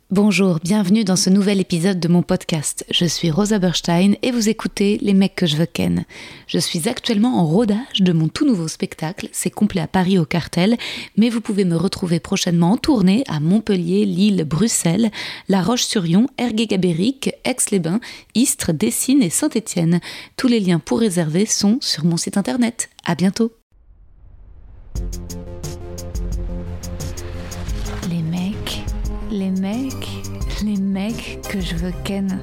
Bonjour, bienvenue dans ce nouvel épisode de mon podcast. Je suis Rosa Berstein et vous écoutez Les mecs que je veux ken. Je suis actuellement en rodage de mon tout nouveau spectacle, c'est complet à Paris au Cartel, mais vous pouvez me retrouver prochainement en tournée à Montpellier, Lille, Bruxelles, La Roche-sur-Yon, Ergué-Gabéric, Aix-les-Bains, Istres, Dessines et Saint-Étienne. Tous les liens pour réserver sont sur mon site internet. À bientôt. Les mecs que je veux ken.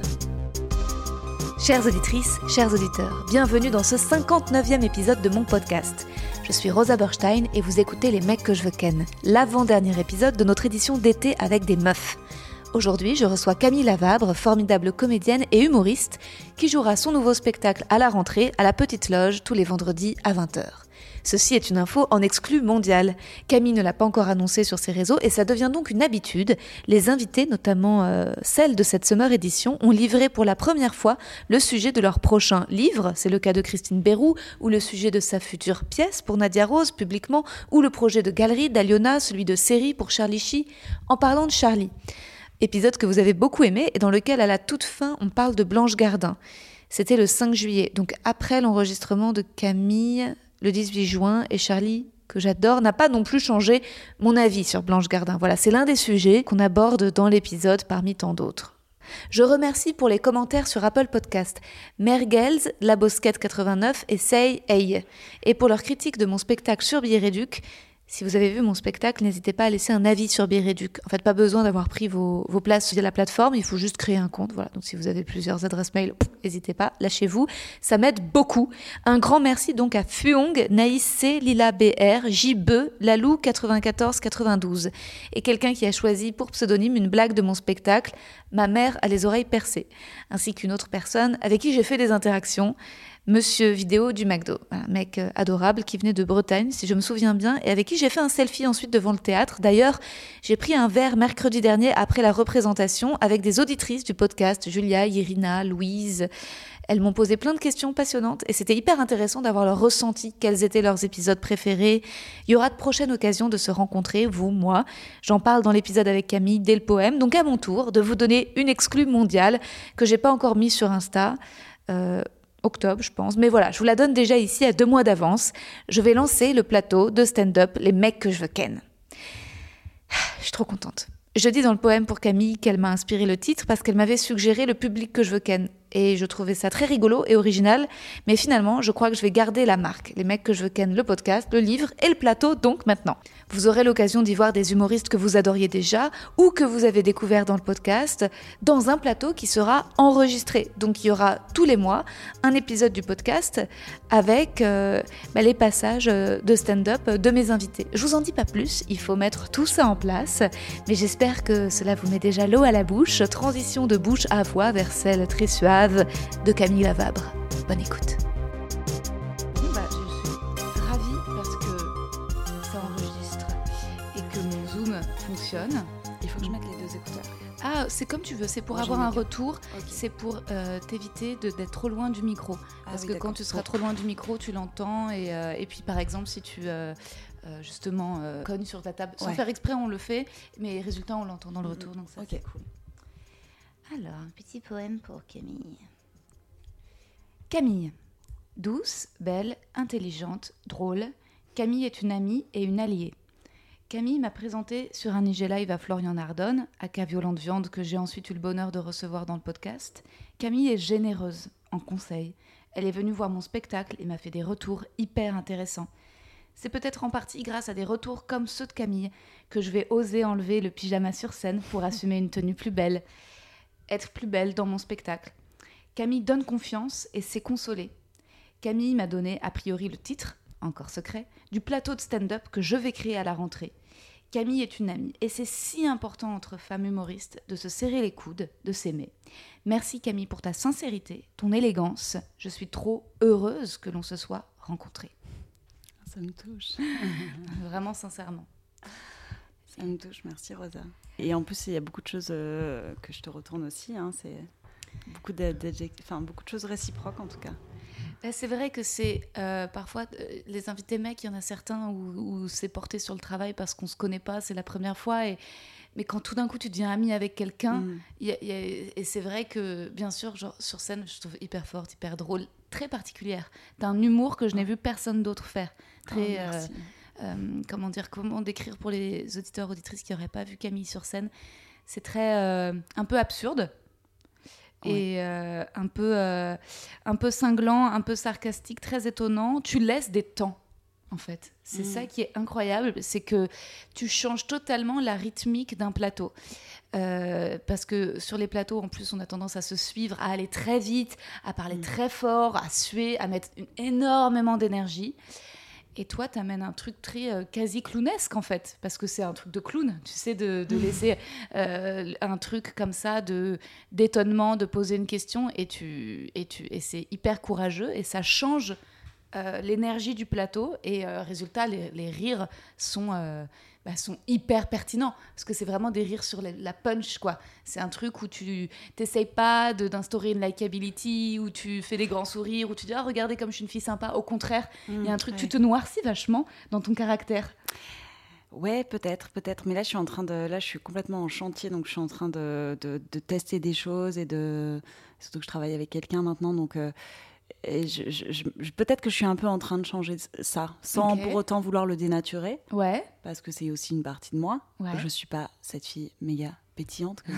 Chères auditrices, chers auditeurs, bienvenue dans ce 59e épisode de mon podcast. Je suis Rosa Berstein et vous écoutez Les mecs que je veux ken, l'avant-dernier épisode de notre édition d'été avec des meufs. Aujourd'hui, je reçois Camille Lavabre, formidable comédienne et humoriste, qui jouera son nouveau spectacle à la rentrée à la Petite Loge tous les vendredis à 20h. Ceci est une info en exclu mondial. Camille ne l'a pas encore annoncé sur ses réseaux et ça devient donc une habitude. Les invités, notamment celles de cette Summer Edition, ont livré pour la première fois le sujet de leur prochain livre. C'est le cas de Christine Bérou, ou le sujet de sa future pièce pour Nadia Rose, publiquement, ou le projet de galerie d'Aliona, celui de série pour Charlie Chi. En parlant de Charlie, épisode que vous avez beaucoup aimé et dans lequel à la toute fin on parle de Blanche Gardin. C'était le 5 juillet, donc après l'enregistrement de Camille le 18 juin, et Charlie, que j'adore, n'a pas non plus changé mon avis sur Blanche Gardin. Voilà, c'est l'un des sujets qu'on aborde dans l'épisode parmi tant d'autres. Je remercie pour les commentaires sur Apple Podcast, Mergels, La Bosquette 89 et Say Hey, et pour leur critique de mon spectacle sur Biéréduc. Si vous avez vu mon spectacle, n'hésitez pas à laisser un avis sur Biéréduc. En fait, pas besoin d'avoir pris vos places via la plateforme, il faut juste créer un compte. Voilà. Donc si vous avez plusieurs adresses mail, n'hésitez pas, lâchez-vous. Ça m'aide beaucoup. Un grand merci donc à Fuong, Naïs C, Lila BR, JBE, Lalou 9492. Et quelqu'un qui a choisi pour pseudonyme une blague de mon spectacle, Ma mère a les oreilles percées. Ainsi qu'une autre personne avec qui j'ai fait des interactions. Monsieur Vidéo du McDo, un mec adorable qui venait de Bretagne, si je me souviens bien, et avec qui j'ai fait un selfie ensuite devant le théâtre. D'ailleurs, j'ai pris un verre mercredi dernier après la représentation avec des auditrices du podcast, Julia, Irina, Louise. Elles m'ont posé plein de questions passionnantes et c'était hyper intéressant d'avoir leur ressenti, quels étaient leurs épisodes préférés. Il y aura de prochaines occasions de se rencontrer, vous, moi. J'en parle dans l'épisode avec Camille dès le poème, donc à mon tour de vous donner une exclue mondiale que j'ai pas encore mise sur Insta. Octobre, je pense. Mais voilà, je vous la donne déjà ici à 2 mois d'avance. Je vais lancer le plateau de stand-up Les mecs que je veux ken. Je suis trop contente. Je dis dans le poème pour Camille qu'elle m'a inspiré le titre parce qu'elle m'avait suggéré le public que je veux ken. Et je trouvais ça très rigolo et original. Mais finalement, je crois que je vais garder la marque. Les mecs que je veux ken, le podcast, le livre et le plateau, donc maintenant. Vous aurez l'occasion d'y voir des humoristes que vous adoriez déjà ou que vous avez découvert dans le podcast, dans un plateau qui sera enregistré. Donc il y aura tous les mois un épisode du podcast avec les passages de stand-up de mes invités. Je vous en dis pas plus, il faut mettre tout ça en place. Mais j'espère que cela vous met déjà l'eau à la bouche. Transition de bouche à voix vers celle très suave de Camille Lavabre. Bonne écoute. Je suis ravie parce que ça enregistre et que mon Zoom fonctionne. Il faut que je mette les 2 écouteurs. Ah, c'est comme tu veux, c'est pour avoir un retour, okay. C'est pour t'éviter d'être trop loin du micro. Parce que quand tu seras trop loin du micro, tu l'entends et puis par exemple si tu justement cognes sur ta table, sans faire exprès on le fait, mais résultat on l'entend dans le retour, donc ça c'est cool. Alors, un petit poème pour Camille. Camille. Douce, belle, intelligente, drôle, Camille est une amie et une alliée. Camille m'a présenté sur un IG Live à Florian-Ardonne, aka Violente Viande, que j'ai ensuite eu le bonheur de recevoir dans le podcast. Camille est généreuse en conseils. Elle est venue voir mon spectacle et m'a fait des retours hyper intéressants. C'est peut-être en partie grâce à des retours comme ceux de Camille que je vais oser enlever le pyjama sur scène pour assumer une tenue plus belle. Être plus belle dans mon spectacle. Camille donne confiance et sait consoler. Camille m'a donné a priori le titre, encore secret, du plateau de stand-up que je vais créer à la rentrée. Camille est une amie et c'est si important entre femmes humoristes de se serrer les coudes, de s'aimer. Merci Camille pour ta sincérité, ton élégance. Je suis trop heureuse que l'on se soit rencontrés. Ça me touche. Vraiment sincèrement. Ça me touche, merci Rosa. Et en plus, il y a beaucoup de choses que je te retourne aussi. C'est beaucoup beaucoup de choses réciproques en tout cas. C'est vrai que c'est parfois les invités mecs, il y en a certains où c'est porté sur le travail parce qu'on se connaît pas, c'est la première fois et mais quand tout d'un coup tu deviens ami avec quelqu'un, et c'est vrai que, bien sûr, genre, sur scène, je trouve hyper forte, hyper drôle, très particulière. T'as un humour que je n'ai vu personne d'autre faire. Très, comment décrire pour les auditeurs, auditrices qui n'auraient pas vu Camille sur scène. C'est très, un peu absurde. Et un peu cinglant, un peu sarcastique, très étonnant. Tu laisses des temps, en fait. C'est ça qui est incroyable, c'est que tu changes totalement la rythmique d'un plateau. Parce que sur les plateaux, en plus, on a tendance à se suivre, à aller très vite, à parler très fort, à suer, à mettre énormément d'énergie. Et toi, tu amènes un truc très quasi clownesque, en fait, parce que c'est un truc de clown, tu sais, de laisser un truc comme ça, d'étonnement, de poser une question, et c'est hyper courageux, et ça change l'énergie du plateau, et résultat, les rires sont hyper pertinents, parce que c'est vraiment des rires sur la punch, quoi. C'est un truc où tu t'essayes pas d'instaurer une likability, où tu fais des grands sourires, où tu dis « Ah, regardez comme je suis une fille sympa ». Au contraire, il y a un truc, tu te noircis vachement dans ton caractère. Ouais, peut-être. Mais là, je suis complètement en chantier, donc je suis en train de tester des choses, surtout que je travaille avec quelqu'un maintenant, donc... Et peut-être que je suis un peu en train de changer ça, sans pour autant vouloir le dénaturer, parce que c'est aussi une partie de moi. Je suis pas cette fille méga pétillante que je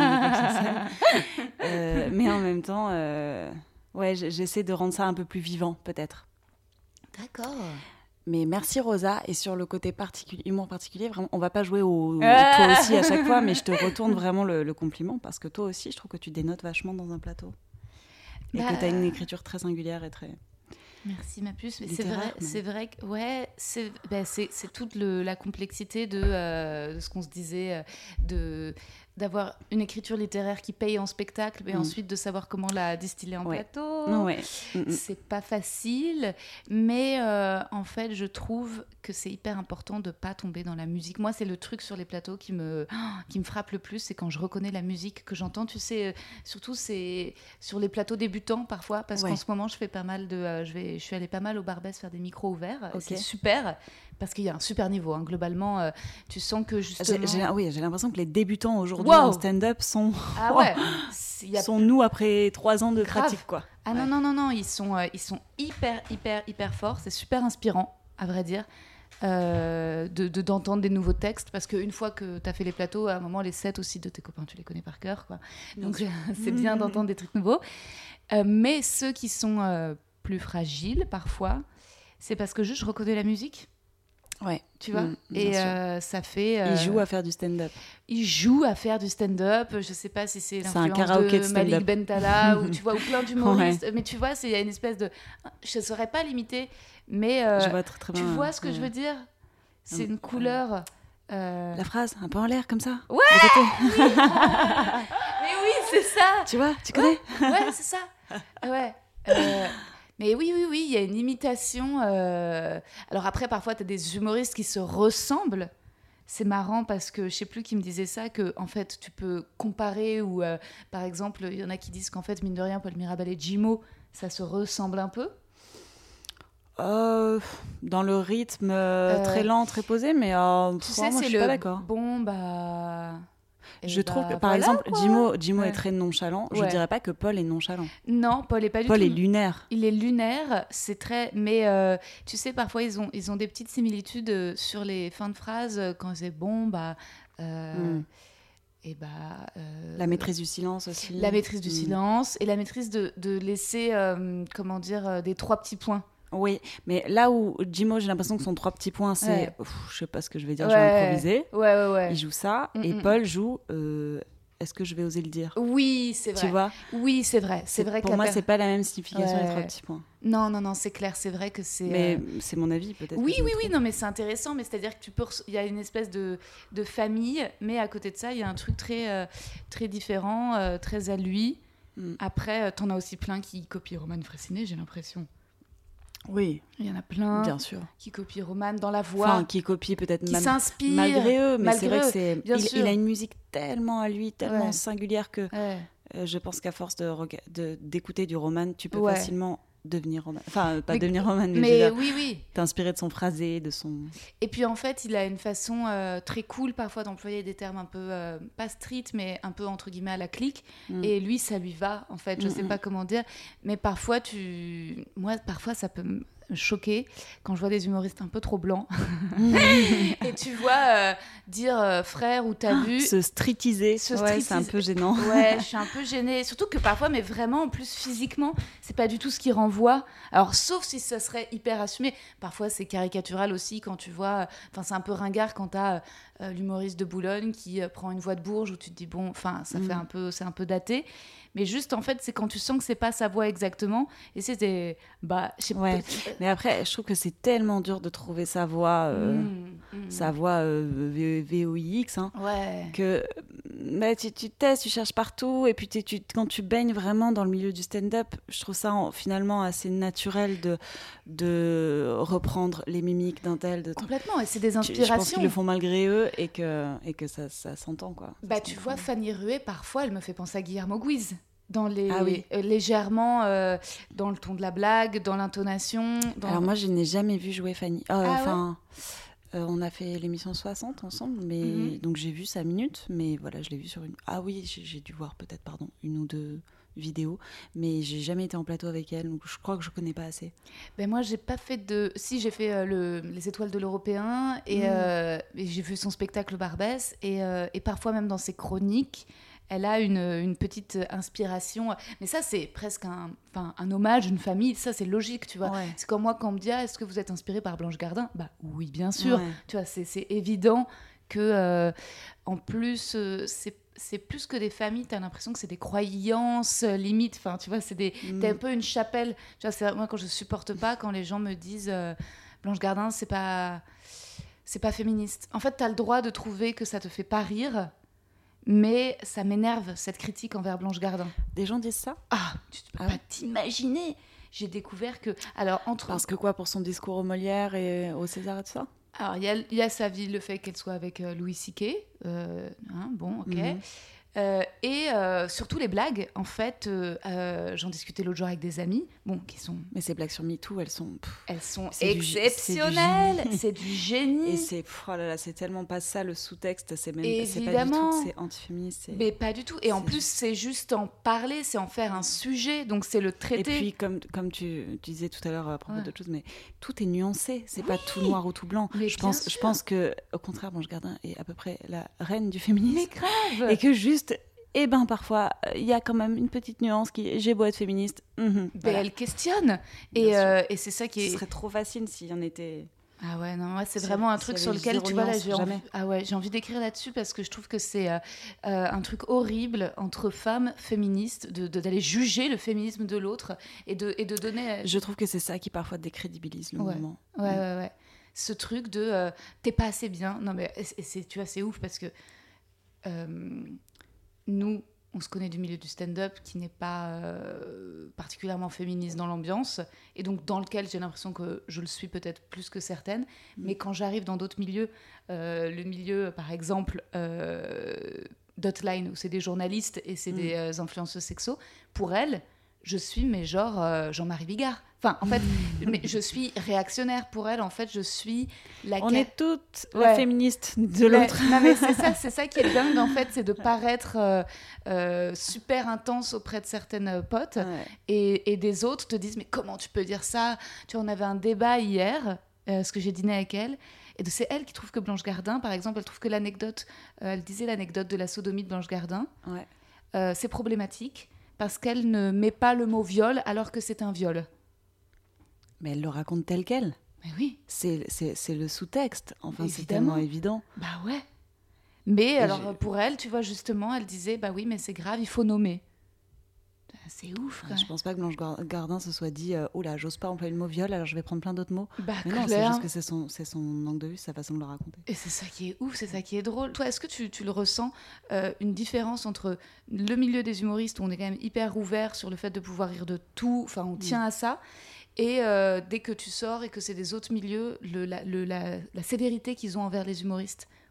disais, mais en même temps, j'essaie de rendre ça un peu plus vivant, peut-être. D'accord. Mais merci Rosa, et sur le côté humour particulier, vraiment, on va pas jouer au toi aussi à chaque fois, mais je te retourne vraiment le compliment, parce que toi aussi, je trouve que tu dénotes vachement dans un plateau. Et que tu as une écriture très singulière et très... Merci ma puce, mais c'est vrai que c'est toute la complexité de ce qu'on se disait, d'avoir une écriture littéraire qui paye en spectacle, mais ensuite de savoir comment la distiller en plateau. C'est pas facile, mais en fait, je trouve que c'est hyper important de pas tomber dans la musique. Moi, c'est le truc sur les plateaux qui me frappe le plus, c'est quand je reconnais la musique que j'entends. Tu sais, surtout c'est sur les plateaux débutants parfois, parce qu'en ce moment, je fais pas mal je suis allée pas mal au Barbès faire des micros ouverts. C'est super. Parce qu'il y a un super niveau, hein. Globalement, tu sens que justement... J'ai l'impression que les débutants aujourd'hui en stand-up sont... sont nous après 3 ans de pratique, quoi. Non, ils sont hyper fort. C'est super inspirant, à vrai dire, d'entendre des nouveaux textes, parce qu'une fois que tu as fait les plateaux, à un moment, les sets aussi de tes copains, tu les connais par cœur, quoi. Donc, c'est bien d'entendre des trucs nouveaux. Mais ceux qui sont plus fragiles, parfois, c'est parce que juste je reconnais la musique. Ouais, tu vois, et ça fait. Ils jouent à faire du stand-up. Je sais pas si c'est l'influence de Malik Bentala ou tu vois, ou plein d'humoristes. Mais tu vois, il y a une espèce de. Je saurais pas l'imiter, mais je vois très, très bien, tu vois ce que je veux dire. C'est une couleur. La phrase, un peu en l'air comme ça. Ouais. Mais oui, c'est ça. Tu vois, tu connais. Ouais, c'est ça. Ouais. Mais oui, il y a une imitation. Alors après, parfois, tu as des humoristes qui se ressemblent. C'est marrant parce que je sais plus qui me disait ça, que en fait, tu peux comparer ou, par exemple, il y en a qui disent qu'en fait, mine de rien, Paul Mirabel et Jimo, ça se ressemble un peu. Dans le rythme très lent, très posé, mais moi, je suis pas d'accord. Je trouve que, par exemple, Jimo est très nonchalant. Je dirais pas que Paul est nonchalant. Non, Paul est pas du tout. Paul est lunaire. Il est lunaire, c'est très... Mais tu sais, parfois, ils ont des petites similitudes sur les fins de phrases, quand c'est la maîtrise du silence aussi. La maîtrise du silence et la maîtrise de laisser, des 3 petits points. Oui, mais là où Jimo, j'ai l'impression que son 3 petits points, c'est... je sais pas ce que je vais dire, je vais improviser. Ouais. Il joue ça, et Paul joue... est-ce que je vais oser le dire ? Oui, c'est vrai. Tu vois ? Oui, c'est vrai. Pour moi, c'est pas la même signification, les 3 petits points. Non, c'est clair, c'est vrai que c'est... Mais c'est mon avis, peut-être. Oui, non, mais c'est intéressant, mais c'est-à-dire que il y a une espèce de famille, mais à côté de ça, il y a un truc très, très différent, très à lui. Après, t'en as aussi plein qui copient Roman Frécinet, j'ai l'impression. Oui. Il y en a plein, bien sûr, qui copient Roman dans la voix. Enfin, qui copient peut-être qui s'inspirent. Malgré eux, mais c'est vrai que il a une musique tellement à lui, tellement singulière que je pense qu'à force d'écouter du Roman, tu peux facilement devenir romane. Enfin, pas devenir romane, mais oui. T'es inspiré de son phrasé, de son... Et puis en fait, il a une façon très cool parfois d'employer des termes un peu, pas street, mais un peu entre guillemets à la clique. Et lui, ça lui va, en fait. Je sais pas comment dire. Mais parfois, moi, ça peut me choquer quand je vois des humoristes un peu trop blancs. Et tu vois dire frère ou t'as vu... Se streetiser, c'est un peu gênant. Ouais, je suis un peu gênée. Surtout que parfois, mais vraiment, en plus, physiquement, c'est pas du tout ce qui renvoie. Alors, sauf si ça serait hyper assumé. Parfois, c'est caricatural aussi quand tu vois... Enfin, c'est un peu ringard quand t'as l'humoriste de Boulogne qui prend une voix de Bourges où tu te dis, bon, enfin, ça fait c'est un peu daté. Mais juste, en fait, c'est quand tu sens que c'est pas sa voix exactement. Et c'était... je sais pas. Mais après, je trouve que c'est tellement dur de trouver sa voix... sa voix VOIX, que tu testes, tu cherches partout, et puis quand tu baignes vraiment dans le milieu du stand-up, je trouve ça finalement assez naturel de reprendre les mimiques d'un tel. Complètement, et c'est des inspirations. Je pense qu'ils le font malgré eux, et que ça s'entend, quoi. Tu vois, Fanny Ruet, parfois, elle me fait penser à Guillermo Guise. Dans légèrement dans le ton de la blague, dans l'intonation. Alors moi, je n'ai jamais vu jouer Fanny. On a fait l'émission 60 ensemble, mais donc j'ai vu 5 minutes, mais voilà, je l'ai vu sur une... Ah oui, j'ai dû voir peut-être, une ou deux vidéos, mais j'ai jamais été en plateau avec elle, donc je crois que je connais pas assez. Ben moi, j'ai pas fait de... Si, j'ai fait les étoiles de l'Européen, et j'ai vu son spectacle Barbès, et parfois même dans ses chroniques, elle a une petite inspiration. Mais ça, c'est presque un hommage, une famille. Ça, c'est logique, tu vois. Ouais. C'est comme moi, quand on me dit « Est-ce que vous êtes inspiré par Blanche Gardin ?» Bah oui, bien sûr. Ouais. Tu vois, c'est évident que, en plus, c'est plus que des familles. T'as l'impression que c'est des croyances, limite. Enfin, tu vois, t'es un peu une chapelle. Tu vois, moi, quand je supporte pas, quand les gens me disent Blanche Gardin, c'est pas féministe. En fait, t'as le droit de trouver que ça te fait pas rire. Mais ça m'énerve, cette critique envers Blanche Gardin. Des gens disent ça ? Ah, tu peux pas t'imaginer. J'ai découvert que... Alors, Parce que quoi, pour son discours au Molière et au César et tout ça ? Alors, il y a sa vie, le fait qu'elle soit avec Louis C.K. Bon, ok. Et surtout les blagues, en fait, j'en discutais l'autre jour avec des amis, qui sont... Mais ces blagues sur MeToo, elles sont exceptionnelles, c'est du génie. Et c'est tellement pas ça le sous-texte, c'est pas du tout que c'est antiféministe. Mais pas du tout, et en plus c'est juste en parler, c'est en faire un sujet, donc c'est le traiter. Et puis comme tu disais tout à l'heure à propos d'autre chose, mais tout est nuancé, c'est pas tout noir ou tout blanc. Je pense que au contraire, Blanche Gardin est à peu près la reine du féminisme. Mais grave. Et que juste... parfois, il y a quand même une petite nuance qui... J'ai beau être féministe. Voilà. Elle questionne. Et c'est ça qui est... Ce serait trop facile s'il y en était... Ah ouais, non, c'est vraiment un truc sur lequel, tu vois, là, j'ai envie d'écrire là-dessus parce que je trouve que c'est un truc horrible entre femmes féministes, d'aller juger le féminisme de l'autre et de donner... Je trouve que c'est ça qui parfois décrédibilise le mouvement. Ouais. Ce truc de t'es pas assez bien. Non, mais tu vois, c'est ouf parce que... Nous, on se connaît du milieu du stand-up qui n'est pas particulièrement féministe dans l'ambiance et donc dans lequel j'ai l'impression que je le suis peut-être plus que certaines. Mais quand j'arrive dans d'autres milieux, le milieu, par exemple, d'Hotline, où c'est des journalistes et c'est des influenceuses sexos, pour elles, je suis, mais genre Jean-Marie Bigard. Enfin, en fait, mais je suis réactionnaire pour elle. En fait, je suis la... On est toutes la féministe de l'autre. Non, mais c'est ça qui est dingue, en fait, c'est de paraître super intense auprès de certaines potes et des autres te disent « Mais comment tu peux dire ça ?» Tu vois, on avait un débat hier, parce que j'ai dîné avec elle, et c'est elle qui trouve que Blanche Gardin, par exemple, elle trouve que l'anecdote, elle disait l'anecdote de la sodomie de Blanche Gardin, c'est problématique parce qu'elle ne met pas le mot viol alors que c'est un viol. Mais elle le raconte tel quel. Mais oui. C'est le sous-texte. Enfin, évidemment. C'est tellement évident. Bah ouais. Mais alors, pour elle, tu vois, justement, elle disait, bah oui, mais c'est grave, il faut nommer. C'est ouf, quoi. Je pense pas que Blanche Gardin se soit dit « Oh là, j'ose pas employer le mot viol, alors je vais prendre plein d'autres mots. » Mais non, c'est juste que c'est son angle de vue, sa façon de le raconter. Et c'est ça qui est ouf, c'est ça qui est drôle. Toi, est-ce que tu le ressens, une différence entre le milieu des humoristes, où on est quand même hyper ouvert sur le fait de pouvoir rire de tout, enfin, on tient à ça, et dès que tu sors et que c'est des autres milieux, la sévérité qu'ils ont envers les humoristes,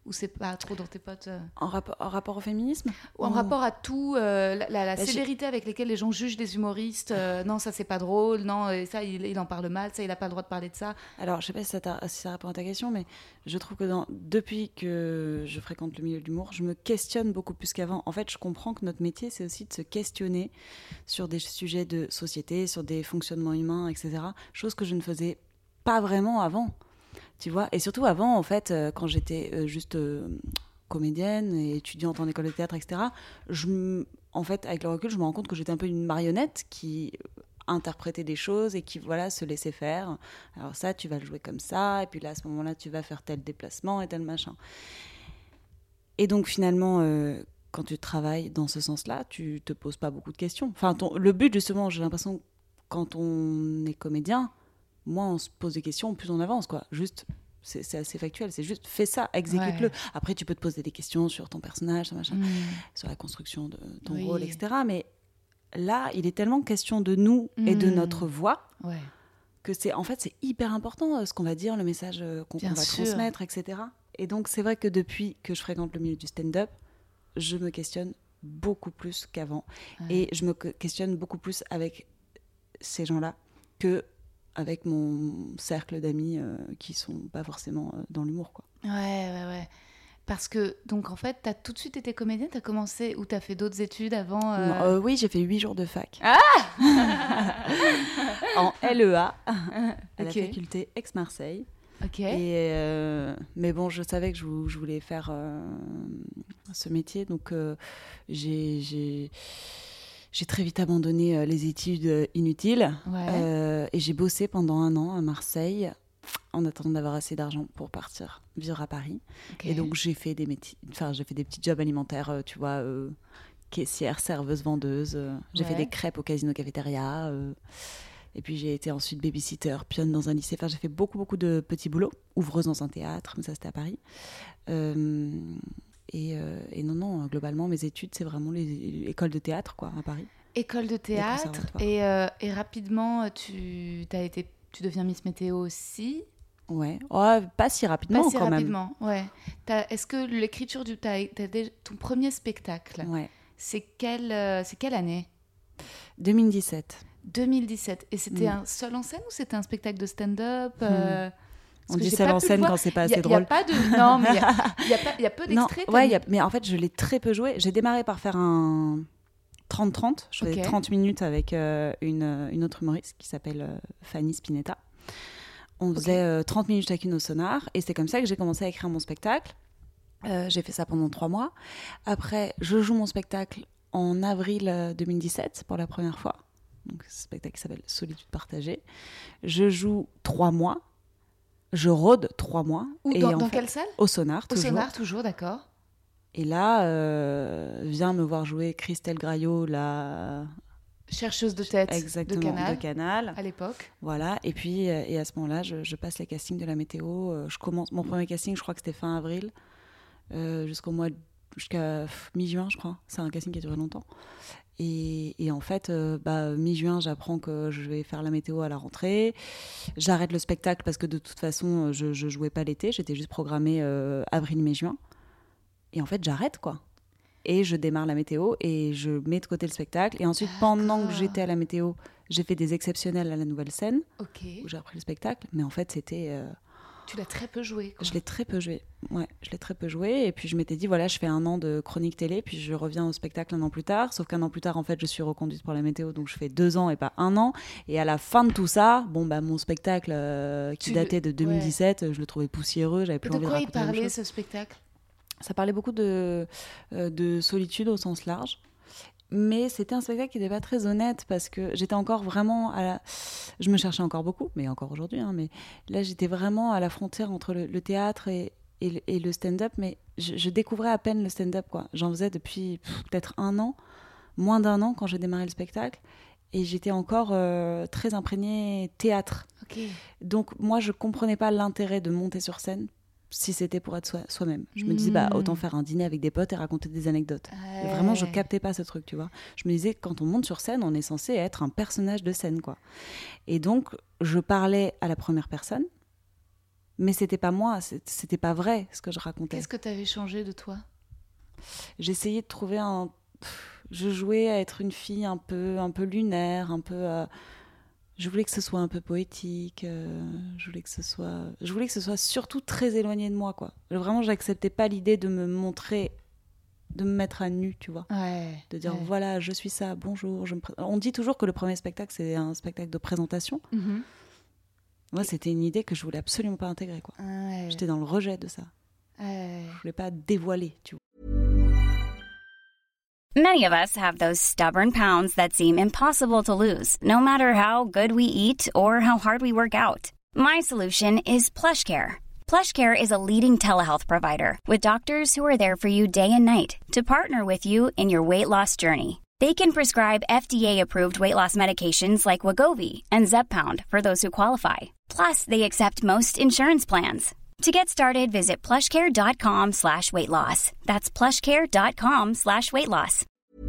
Ou c'est pas trop dans tes potes En rapport au féminisme? Ou en rapport à tout, la sévérité avec laquelle les gens jugent des humoristes. Non, ça c'est pas drôle. Non, ça il en parle mal. Ça il a pas le droit de parler de ça. Alors, je sais pas si ça répond à ta question, mais je trouve que depuis que je fréquente le milieu de l'humour, je me questionne beaucoup plus qu'avant. En fait, je comprends que notre métier, c'est aussi de se questionner sur des sujets de société, sur des fonctionnements humains, etc. Chose que je ne faisais pas vraiment avant. Tu vois, et surtout avant, en fait, quand j'étais juste comédienne et étudiante en école de théâtre, etc., en fait, avec le recul, je me rends compte que j'étais un peu une marionnette qui interprétait des choses et qui, voilà, se laissait faire. Alors ça, tu vas le jouer comme ça, et puis là, à ce moment-là, tu vas faire tel déplacement et tel machin. Et donc, finalement, quand tu travailles dans ce sens-là, tu te poses pas beaucoup de questions. Enfin, le but, justement, j'ai l'impression, quand on est comédien, moins on se pose des questions, plus on avance, quoi. Juste, c'est assez factuel, c'est juste, fais ça, exécute-le. Après, tu peux te poser des questions sur ton personnage, sur la construction de ton rôle, etc. Mais là, il est tellement question de nous et de notre voix que c'est hyper important ce qu'on va dire, le message qu'on va transmettre, etc. Et donc, c'est vrai que depuis que je fréquente le milieu du stand-up, je me questionne beaucoup plus qu'avant. Et je me questionne beaucoup plus avec ces gens-là que avec mon cercle d'amis qui sont pas forcément dans l'humour, quoi. Ouais. Parce que, donc en fait, t'as tout de suite été comédienne, t'as commencé, ou t'as fait d'autres études avant Non, oui, j'ai fait 8 jours de fac. Ah en LEA, à la faculté Aix-Marseille. Ok. Mais bon, je savais que je voulais faire ce métier, donc j'ai très vite abandonné les études inutiles et j'ai bossé pendant 1 an à Marseille en attendant d'avoir assez d'argent pour partir vivre à Paris. Et donc j'ai fait des petits jobs alimentaires, tu vois, caissière, serveuse, vendeuse. J'ai fait des crêpes au Casino Cafétéria. Et puis j'ai été ensuite babysitter, pionne dans un lycée. Enfin, j'ai fait beaucoup de petits boulots, ouvreuse dans un théâtre, mais ça c'était à Paris. Et non, globalement, mes études, c'est vraiment les écoles de théâtre, quoi, à Paris. École de théâtre, et rapidement, tu deviens Miss Météo aussi. Ouais, pas si rapidement quand même. Ouais. Est-ce que l'écriture ton premier spectacle, c'est quelle année? 2017. 2017. Et c'était un seul en scène ou c'était un spectacle de stand-up On dit seul en scène quand c'est pas assez drôle. Il n'y a pas de... Non, mais il y a peu d'extraits. Mais en fait, je l'ai très peu joué. J'ai démarré par faire un 30-30. Je faisais 30 minutes avec une autre humoriste qui s'appelle Fanny Spinetta. On faisait 30 minutes chacune au Sonar. Et c'est comme ça que j'ai commencé à écrire mon spectacle. J'ai fait ça pendant 3 mois. Après, je joue mon spectacle en avril 2017 pour la première fois. Donc, c'est un spectacle qui s'appelle Solitude partagée. Je joue 3 mois. Je rôde 3 mois. Dans quelle salle? Au Sonar, toujours. Au Sonar, toujours, d'accord. Et là, vient me voir jouer Christelle Graillot, la chercheuse de tête de Canal. À l'époque. Voilà. Et puis, et à ce moment-là, je passe les castings de la météo. Je commence mon premier casting, je crois que c'était fin avril, jusqu'à mi-juin, je crois. C'est un casting qui a duré longtemps. Et en fait, mi-juin, j'apprends que je vais faire la météo à la rentrée. J'arrête le spectacle parce que de toute façon, je jouais pas l'été. J'étais juste programmée avril, mai, juin. Et en fait, j'arrête, quoi. Et je démarre la météo et je mets de côté le spectacle. Et ensuite, pendant que j'étais à la météo, j'ai fait des exceptionnels à la Nouvelle Scène, où j'ai repris le spectacle. Mais en fait, c'était... Tu l'as très peu joué, quoi. Je l'ai très peu joué. Ouais, je l'ai très peu joué. Et puis, je m'étais dit, voilà, je fais 1 an de chronique télé, puis je reviens au spectacle 1 an plus tard. Sauf qu'1 an plus tard, en fait, je suis reconduite pour la météo, donc je fais 2 ans et pas 1 an. Et à la fin de tout ça, mon spectacle qui datait de 2017, je le trouvais poussiéreux. J'avais plus envie de raconter. De quoi il parlait, ce spectacle? Ça parlait beaucoup de solitude au sens large. Mais c'était un spectacle qui n'était pas très honnête parce que j'étais encore vraiment je me cherchais encore beaucoup, mais encore aujourd'hui. Mais là, j'étais vraiment à la frontière entre le théâtre et le stand-up. Mais je découvrais à peine le stand-up, quoi. J'en faisais depuis peut-être 1 an, moins d'1 an quand j'ai démarré le spectacle. Et j'étais encore très imprégnée théâtre. Donc moi, je ne comprenais pas l'intérêt de monter sur scène si c'était pour être soi-même. Je me disais, autant faire un dîner avec des potes et raconter des anecdotes. Vraiment, je captais pas ce truc, tu vois. Je me disais, quand on monte sur scène, on est censé être un personnage de scène, quoi. Et donc, je parlais à la première personne. Mais c'était pas moi, c'était pas vrai ce que je racontais. Qu'est-ce que tu avais changé de toi ? J'essayais de trouver je jouais à être une fille un peu lunaire, je voulais que ce soit un peu poétique, je voulais que ce soit surtout très éloigné de moi, quoi. Vraiment, j'acceptais pas l'idée de me montrer, de me mettre à nu, tu vois. De dire voilà, je suis ça, bonjour. On dit toujours que le premier spectacle, c'est un spectacle de présentation. Mm-hmm. Moi, c'était une idée que je voulais absolument pas intégrer, quoi. J'étais dans le rejet de ça. Je voulais pas dévoiler, tu vois. Many of us have those stubborn pounds that seem impossible to lose, no matter how good we eat or how hard we work out. My solution is PlushCare. PlushCare is a leading telehealth provider with doctors who are there for you day and night to partner with you in your weight loss journey. They can prescribe FDA-approved weight loss medications like Wegovy and Zepbound for those who qualify. Plus, they accept most insurance plans. To get started, visit plushcare.com/weightloss. That's plushcare.com/weightloss.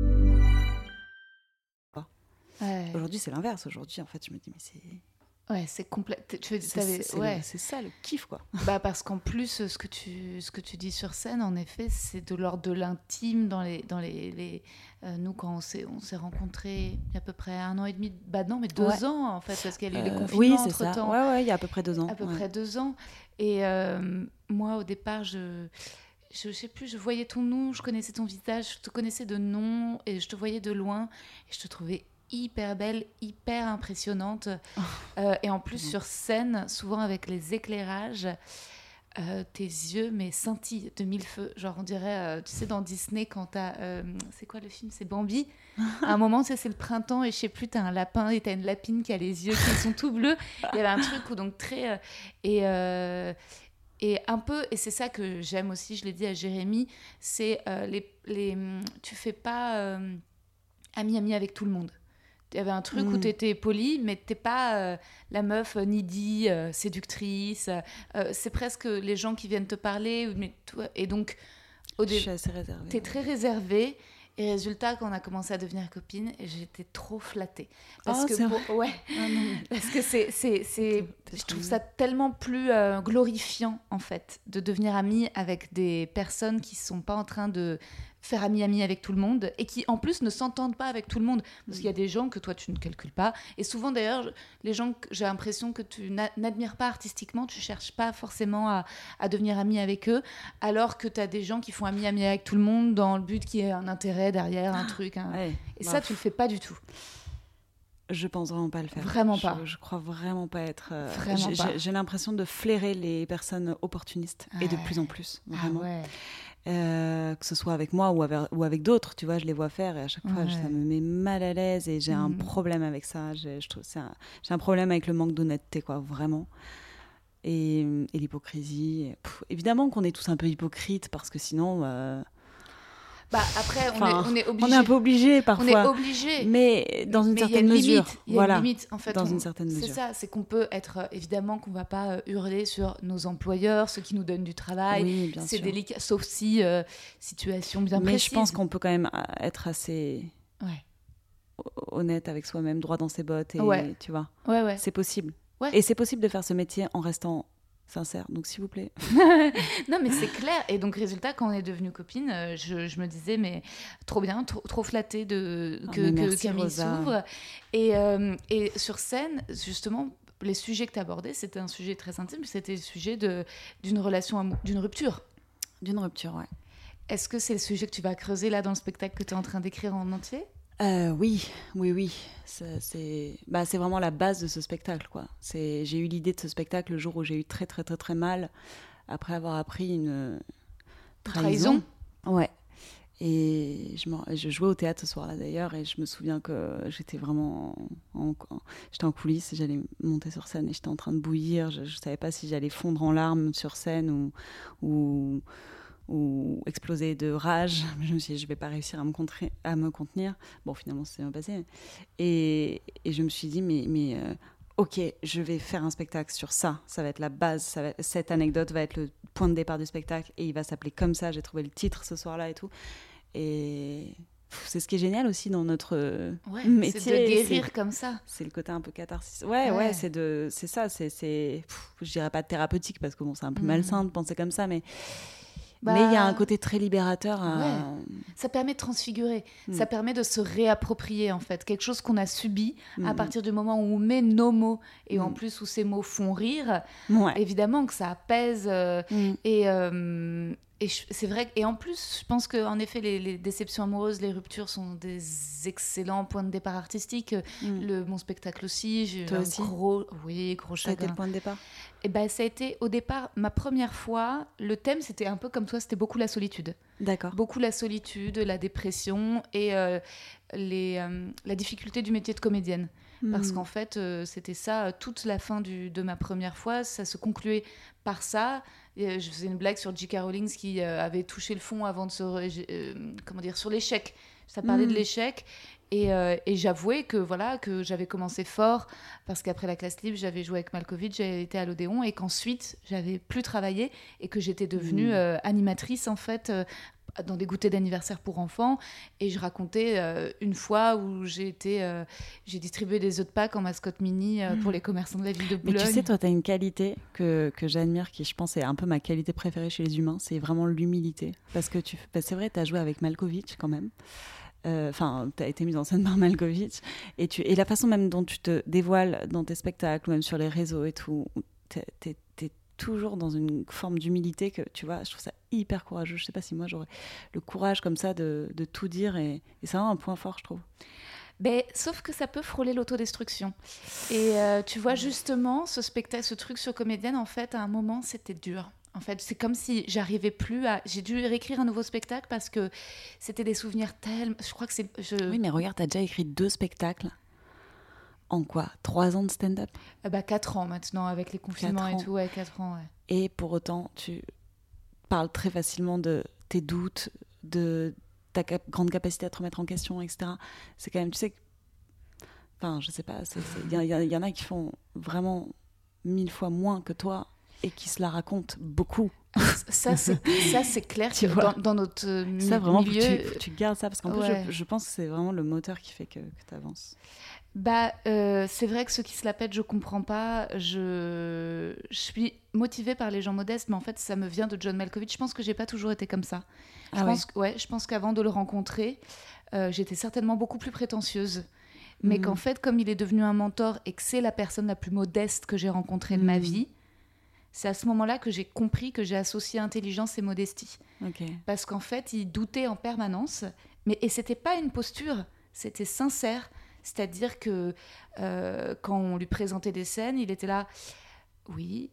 Aujourd'hui, c'est l'inverse. Aujourd'hui, en fait, je me dis, mais c'est... Ouais, c'est complet. C'est ça le kiff, quoi. Bah parce qu'en plus, ce que tu dis sur scène, en effet, c'est de l'ordre de l'intime. Nous, quand on s'est rencontrés il y a à peu près 1 an et demi, mais 2 ans en fait, parce qu'il y a eu les confinements entre-temps. Ouais, il y a à peu près 2 ans. À peu près 2 ans. Et moi, au départ, je sais plus, je voyais ton nom, je connaissais ton visage, je te connaissais de nom, et je te voyais de loin, et je te trouvais hyper belle, hyper impressionnante. Et en plus, sur scène, souvent avec les éclairages, tes yeux scintillent de 1000 feux. Genre, on dirait, tu sais, dans Disney, quand t'as... c'est quoi le film ? C'est Bambi. À un moment, c'est le printemps, et je sais plus, t'as un lapin, et t'as une lapine qui a les yeux qui sont tout bleus. Il y avait un truc où, donc, très... et un peu, et c'est ça que j'aime aussi, je l'ai dit à Jérémy, c'est tu fais pas ami avec tout le monde. Il y avait un truc où tu étais polie, mais tu n'es pas la meuf needy, séductrice. C'est presque les gens qui viennent te parler. Et donc, je suis assez réservée. Tu es très réservée. Et résultat, quand on a commencé à devenir copines, j'étais trop flattée. Parce que je trouve ça tellement plus glorifiant, en fait, de devenir amie avec des personnes qui ne sont pas en train de faire ami avec tout le monde et qui, en plus, ne s'entendent pas avec tout le monde. Parce qu'il y a des gens que toi, tu ne calcules pas. Et souvent, d'ailleurs, les gens que j'ai l'impression que tu n'admires pas artistiquement, tu ne cherches pas forcément à devenir ami avec eux, alors que tu as des gens qui font ami avec tout le monde dans le but qu'il y ait un intérêt derrière, un truc. Et ça, tu ne le fais pas du tout. Je pense vraiment pas le faire. Vraiment pas. Je crois vraiment pas être... Vraiment pas. J'ai l'impression de flairer les personnes opportunistes, et de plus en plus, vraiment. Que ce soit avec moi ou avec d'autres, tu vois, je les vois faire et à chaque fois ça me met mal à l'aise et j'ai un problème avec ça. J'ai un problème avec le manque d'honnêteté, quoi, vraiment. Et l'hypocrisie. Évidemment qu'on est tous un peu hypocrites parce que sinon... après, on est obligé. On est un peu obligé parfois. On est obligé. Mais dans une certaine mesure. Il y a une limite, en fait. Dans une certaine mesure. C'est ça, c'est qu'on peut être... évidemment qu'on ne va pas hurler sur nos employeurs, ceux qui nous donnent du travail. Oui, bien c'est sûr. délicat, sauf si situation bien précise. Mais je pense qu'on peut quand même être assez honnête avec soi-même, droit dans ses bottes. Et, tu vois, c'est possible. Et c'est possible de faire ce métier en restant... sincère, donc s'il vous plaît. Non, mais c'est clair. Et donc, résultat, quand on est devenues copines, je me disais, mais trop bien, trop flattée que Camille s'ouvre. Et sur scène, justement, les sujets que tu abordais, c'était un sujet très intime, c'était le sujet d'une relation, d'une rupture. D'une rupture, ouais. Est-ce que c'est le sujet que tu vas creuser là dans le spectacle que tu es en train d'écrire en entier ? Oui. C'est vraiment la base de ce spectacle, quoi. J'ai eu l'idée de ce spectacle le jour où j'ai eu très, très, très, très mal après avoir appris une trahison. Ouais. Et je jouais au théâtre ce soir-là, d'ailleurs, et je me souviens que j'étais vraiment j'étais en coulisses, j'allais monter sur scène et j'étais en train de bouillir. Je savais pas si j'allais fondre en larmes sur scène ou exploser de rage. Je me suis dit, je vais pas réussir à me contenir. Bon, finalement, c'est bien passé. Et je me suis dit, mais ok, je vais faire un spectacle sur ça. Ça va être la base. Cette anecdote va être le point de départ du spectacle et il va s'appeler comme ça. J'ai trouvé le titre ce soir-là et tout. Et c'est ce qui est génial aussi dans notre métier. C'est de guérir comme ça. C'est le côté un peu catharsis. Ouais, c'est ça. Je dirais pas thérapeutique parce que bon, c'est un peu malsain de penser comme ça, mais il y a un côté très libérateur. Ça permet de transfigurer. Ça permet de se réapproprier, en fait. Quelque chose qu'on a subi à partir du moment où on met nos mots et en plus où ces mots font rire. Évidemment que ça apaise. Et c'est vrai, et en plus, je pense qu'en effet, les déceptions amoureuses, les ruptures sont des excellents points de départ artistiques. Mon spectacle aussi, j'ai Toi un aussi gros chagrin. Ça a été le point de départ? Et ça a été, au départ, ma première fois, le thème, c'était un peu comme toi, c'était beaucoup la solitude. D'accord. Beaucoup la solitude, la dépression et la difficulté du métier de comédienne. Parce qu'en fait, c'était ça, toute la fin de ma première fois, ça se concluait par ça. Je faisais une blague sur J.K. Rowling qui avait touché le fond avant de sur l'échec. Ça parlait de l'échec. Et j'avouais que j'avais commencé fort parce qu'après la classe libre, j'avais joué avec Malkovich, j'avais été à l'Odéon et qu'ensuite, j'avais plus travaillé et que j'étais devenue animatrice en fait dans des goûters d'anniversaire pour enfants. Et je racontais une fois où j'ai distribué des œufs de Pâques en mascotte mini pour les commerçants de la ville de Boulogne. Mais tu sais, toi, tu as une qualité que j'admire, qui je pense est un peu ma qualité préférée chez les humains, c'est vraiment l'humilité. Parce que c'est vrai, tu as joué avec Malkovich quand même. Enfin, tu as été mise en scène par Malkovich. Et la façon même dont tu te dévoiles dans tes spectacles, ou même sur les réseaux et tout, t'es toujours dans une forme d'humilité que, tu vois, je trouve ça hyper courageux. Je sais pas si moi, j'aurais le courage comme ça de tout dire. Et c'est vraiment un point fort, je trouve. Sauf que ça peut frôler l'autodestruction. Et tu vois, justement, ce truc sur comédienne, en fait, à un moment, c'était dur. En fait, c'est comme si j'arrivais plus à... J'ai dû réécrire un nouveau spectacle parce que c'était des souvenirs tellement... Je crois que c'est... Oui, mais regarde, t'as déjà écrit 2 spectacles. En quoi? 3 ans de stand-up? 4 ans maintenant, avec les confinements et tout. Ouais, 4 ans, ouais. Et pour autant, tu parles très facilement de tes doutes, de ta grande capacité à te remettre en question, etc. C'est quand même, tu sais... Enfin, je sais pas, il y en a qui font vraiment 1000 fois moins que toi et qui se la racontent beaucoup. Ça, c'est clair que dans notre ça, vraiment, milieu... faut que tu gardes ça, parce qu'en plus, je pense que c'est vraiment le moteur qui fait que tu avances. C'est vrai que ceux qui se la pètent, je comprends pas. Je suis motivée par les gens modestes, mais en fait, ça me vient de John Malkovich. Je pense que j'ai pas toujours été comme ça. Je pense qu'avant de le rencontrer, j'étais certainement beaucoup plus prétentieuse. Mais qu'en fait, comme il est devenu un mentor et que c'est la personne la plus modeste que j'ai rencontrée de ma vie, c'est à ce moment-là que j'ai compris que j'ai associé intelligence et modestie. Parce qu'en fait, il doutait en permanence. Et c'était pas une posture, c'était sincère. C'est-à-dire que quand on lui présentait des scènes, il était là, oui,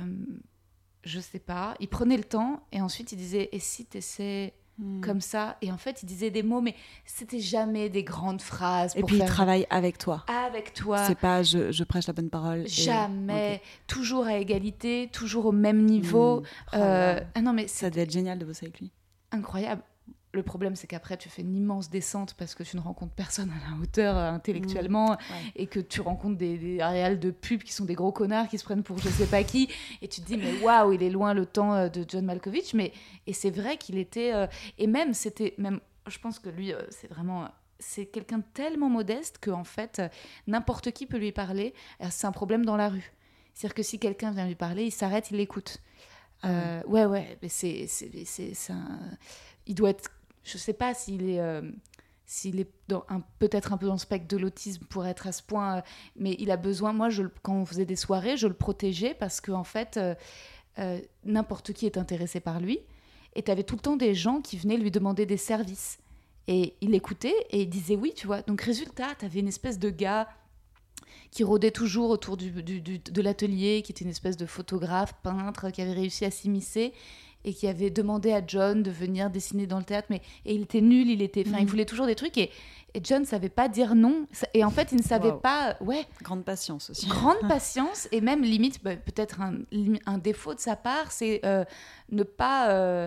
je sais pas. Il prenait le temps et ensuite il disait, et si t'essaies comme ça? Et en fait, il disait des mots, mais c'était jamais des grandes phrases. Et puis il travaille avec toi. Avec toi. C'est pas je prêche la bonne parole. Jamais. Toujours à égalité, toujours au même niveau. Non, mais ça devait être génial de bosser avec lui. Incroyable. Le problème, c'est qu'après, tu fais une immense descente parce que tu ne rencontres personne à la hauteur intellectuellement et que tu rencontres des réals de pub qui sont des gros connards qui se prennent pour je sais pas qui. Et tu te dis, mais waouh, il est loin le temps de John Malkovich. Et c'est vrai qu'il était... et même, je pense que lui, c'est quelqu'un de tellement modeste qu'en fait, n'importe qui peut lui parler. C'est un problème dans la rue. C'est-à-dire que si quelqu'un vient lui parler, il s'arrête, il l'écoute. Ouais, mais c'est un... Il doit être... Je sais pas s'il est peut-être un peu dans le spectre de l'autisme pour être à ce point, mais il a besoin... Moi, quand on faisait des soirées, je le protégeais parce qu'en fait, n'importe qui est intéressé par lui. Et tu avais tout le temps des gens qui venaient lui demander des services. Et il écoutait et il disait oui, tu vois. Donc, résultat, tu avais une espèce de gars qui rôdait toujours autour de l'atelier, qui était une espèce de photographe, peintre, qui avait réussi à s'immiscer et qui avait demandé à John de venir dessiner dans le théâtre, et il était nul, il voulait toujours des trucs, et John ne savait pas dire non, et en fait, il ne savait pas... Ouais. Grande patience aussi. Grande patience, et même limite, peut-être un défaut de sa part, c'est ne pas...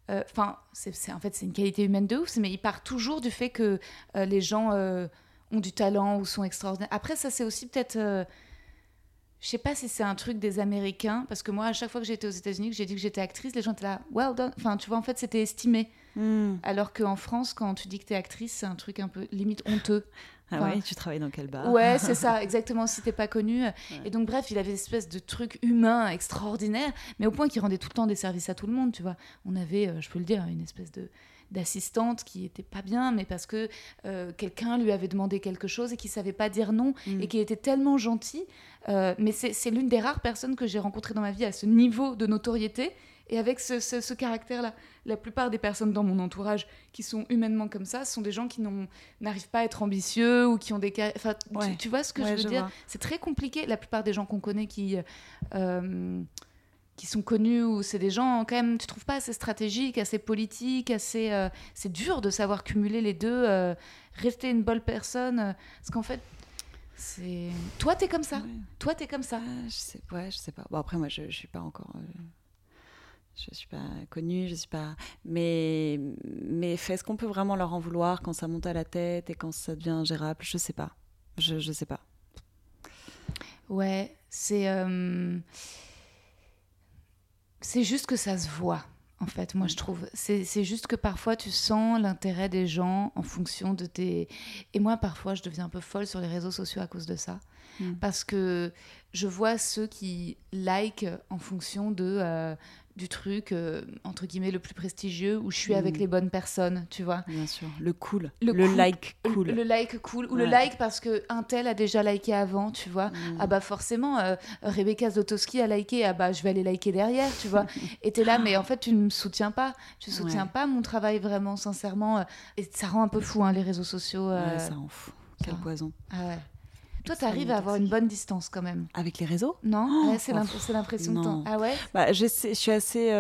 en fait, c'est une qualité humaine de ouf, mais il part toujours du fait que les gens ont du talent ou sont extraordinaires. Après, ça, c'est aussi peut-être... Je sais pas si c'est un truc des Américains, parce que moi, à chaque fois que j'étais aux États-Unis, que j'ai dit que j'étais actrice, les gens étaient là, well done. Enfin, tu vois, en fait, c'était estimé. Alors qu'en France, quand tu dis que t'es actrice, c'est un truc un peu limite honteux. Ah ouais, tu travailles dans quel bar? Ouais, c'est ça, exactement, si t'es pas connu. Ouais. Et donc, bref, il avait une espèce de truc humain extraordinaire, mais au point qu'il rendait tout le temps des services à tout le monde, tu vois. On avait, je peux le dire, une espèce d'assistante qui était pas bien, mais parce que quelqu'un lui avait demandé quelque chose et qu'il savait pas dire non, et qui était tellement gentil. Mais c'est l'une des rares personnes que j'ai rencontrées dans ma vie à ce niveau de notoriété, et avec ce caractère-là. La plupart des personnes dans mon entourage qui sont humainement comme ça sont des gens qui n'arrivent pas à être ambitieux ou qui ont des... Enfin, tu vois ce que je veux dire ? C'est très compliqué. La plupart des gens qu'on connaît qui sont connus, ou c'est des gens quand même, tu trouves pas, assez stratégiques, assez politiques, assez... c'est dur de savoir cumuler les deux, rester une bonne personne. Parce qu'en fait, c'est... Toi, t'es comme ça. Ouais. Toi, t'es comme ça. Je sais pas. Bon, après, moi, je suis pas encore... Je suis pas connue, je suis pas... Mais est-ce qu'on peut vraiment leur en vouloir quand ça monte à la tête et quand ça devient ingérable ? Je sais pas. Je sais pas. Ouais, c'est juste que ça se voit, en fait, moi, je trouve. C'est juste que parfois, tu sens l'intérêt des gens en fonction de tes... Et moi, parfois, je deviens un peu folle sur les réseaux sociaux à cause de ça. Parce que je vois ceux qui like en fonction du truc, entre guillemets, le plus prestigieux, où je suis avec les bonnes personnes, tu vois. Bien sûr, le cool, le like cool. Le like cool, ou le like parce qu'un tel a déjà liké avant, tu vois. Ah bah forcément, Rebecca Zlotowski a liké, ah bah je vais aller liker derrière, tu vois. Et t'es là, mais en fait, tu ne me soutiens pas. Tu soutiens pas mon travail vraiment, sincèrement. Et ça rend un peu fou, hein, les réseaux sociaux. Ça rend fou. Quel poison. Ah ouais. Toi, t'arrives à avoir une bonne distance quand même. Avec les réseaux ? Non, c'est l'impression que t'en... Ah ouais ? Bah, je suis assez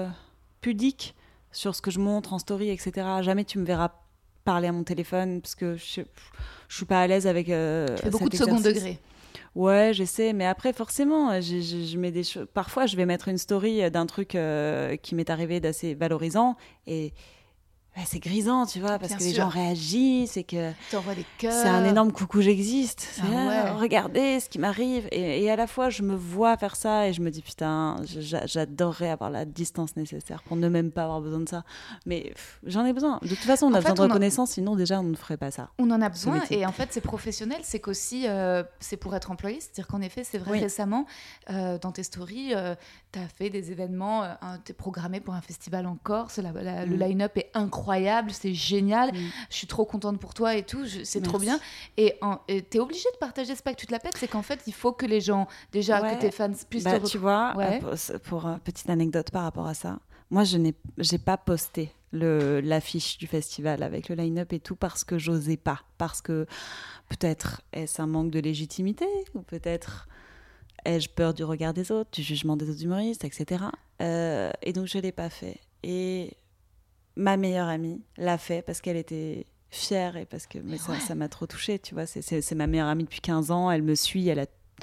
pudique sur ce que je montre en story, etc. Jamais tu me verras parler à mon téléphone parce que je suis pas à l'aise avec tu fais beaucoup de second degré. Ouais, j'essaie, mais après forcément, je mets des choses. Parfois, je vais mettre une story d'un truc qui m'est arrivé d'assez valorisant et... c'est grisant, tu vois, parce que les gens réagissent et que t'envoies des cœurs. C'est un énorme coucou, j'existe. Regardez ce qui m'arrive. Et à la fois, je me vois faire ça et je me dis, putain, j'adorerais avoir la distance nécessaire pour ne même pas avoir besoin de ça. Mais j'en ai besoin. De toute façon, on a besoin de reconnaissance, sinon déjà, on ne ferait pas ça. On en a besoin et en fait, c'est professionnel. C'est qu'aussi, c'est pour être employé. C'est-à-dire qu'en effet, c'est vrai, récemment, dans tes stories, t'as fait des événements, t'es programmé pour un festival en Corse. Le line-up est incroyable, c'est génial. Je suis trop contente pour toi et tout, c'est trop bien. Et t'es obligée de partager ce pas que tu te la pètes, c'est qu'en fait, il faut que les gens, déjà, que tes fans puissent te tu vois, pour petite anecdote par rapport à ça, moi, j'ai pas posté l'affiche du festival avec le line-up et tout parce que j'osais pas. Parce que peut-être est-ce un manque de légitimité ou peut-être... ai-je peur du regard des autres, du jugement des autres humoristes, etc. Et donc, je ne l'ai pas fait. Et ma meilleure amie l'a fait parce qu'elle était fière et parce que ça m'a trop touchée, tu vois. C'est ma meilleure amie depuis 15 ans, elle me suit, elle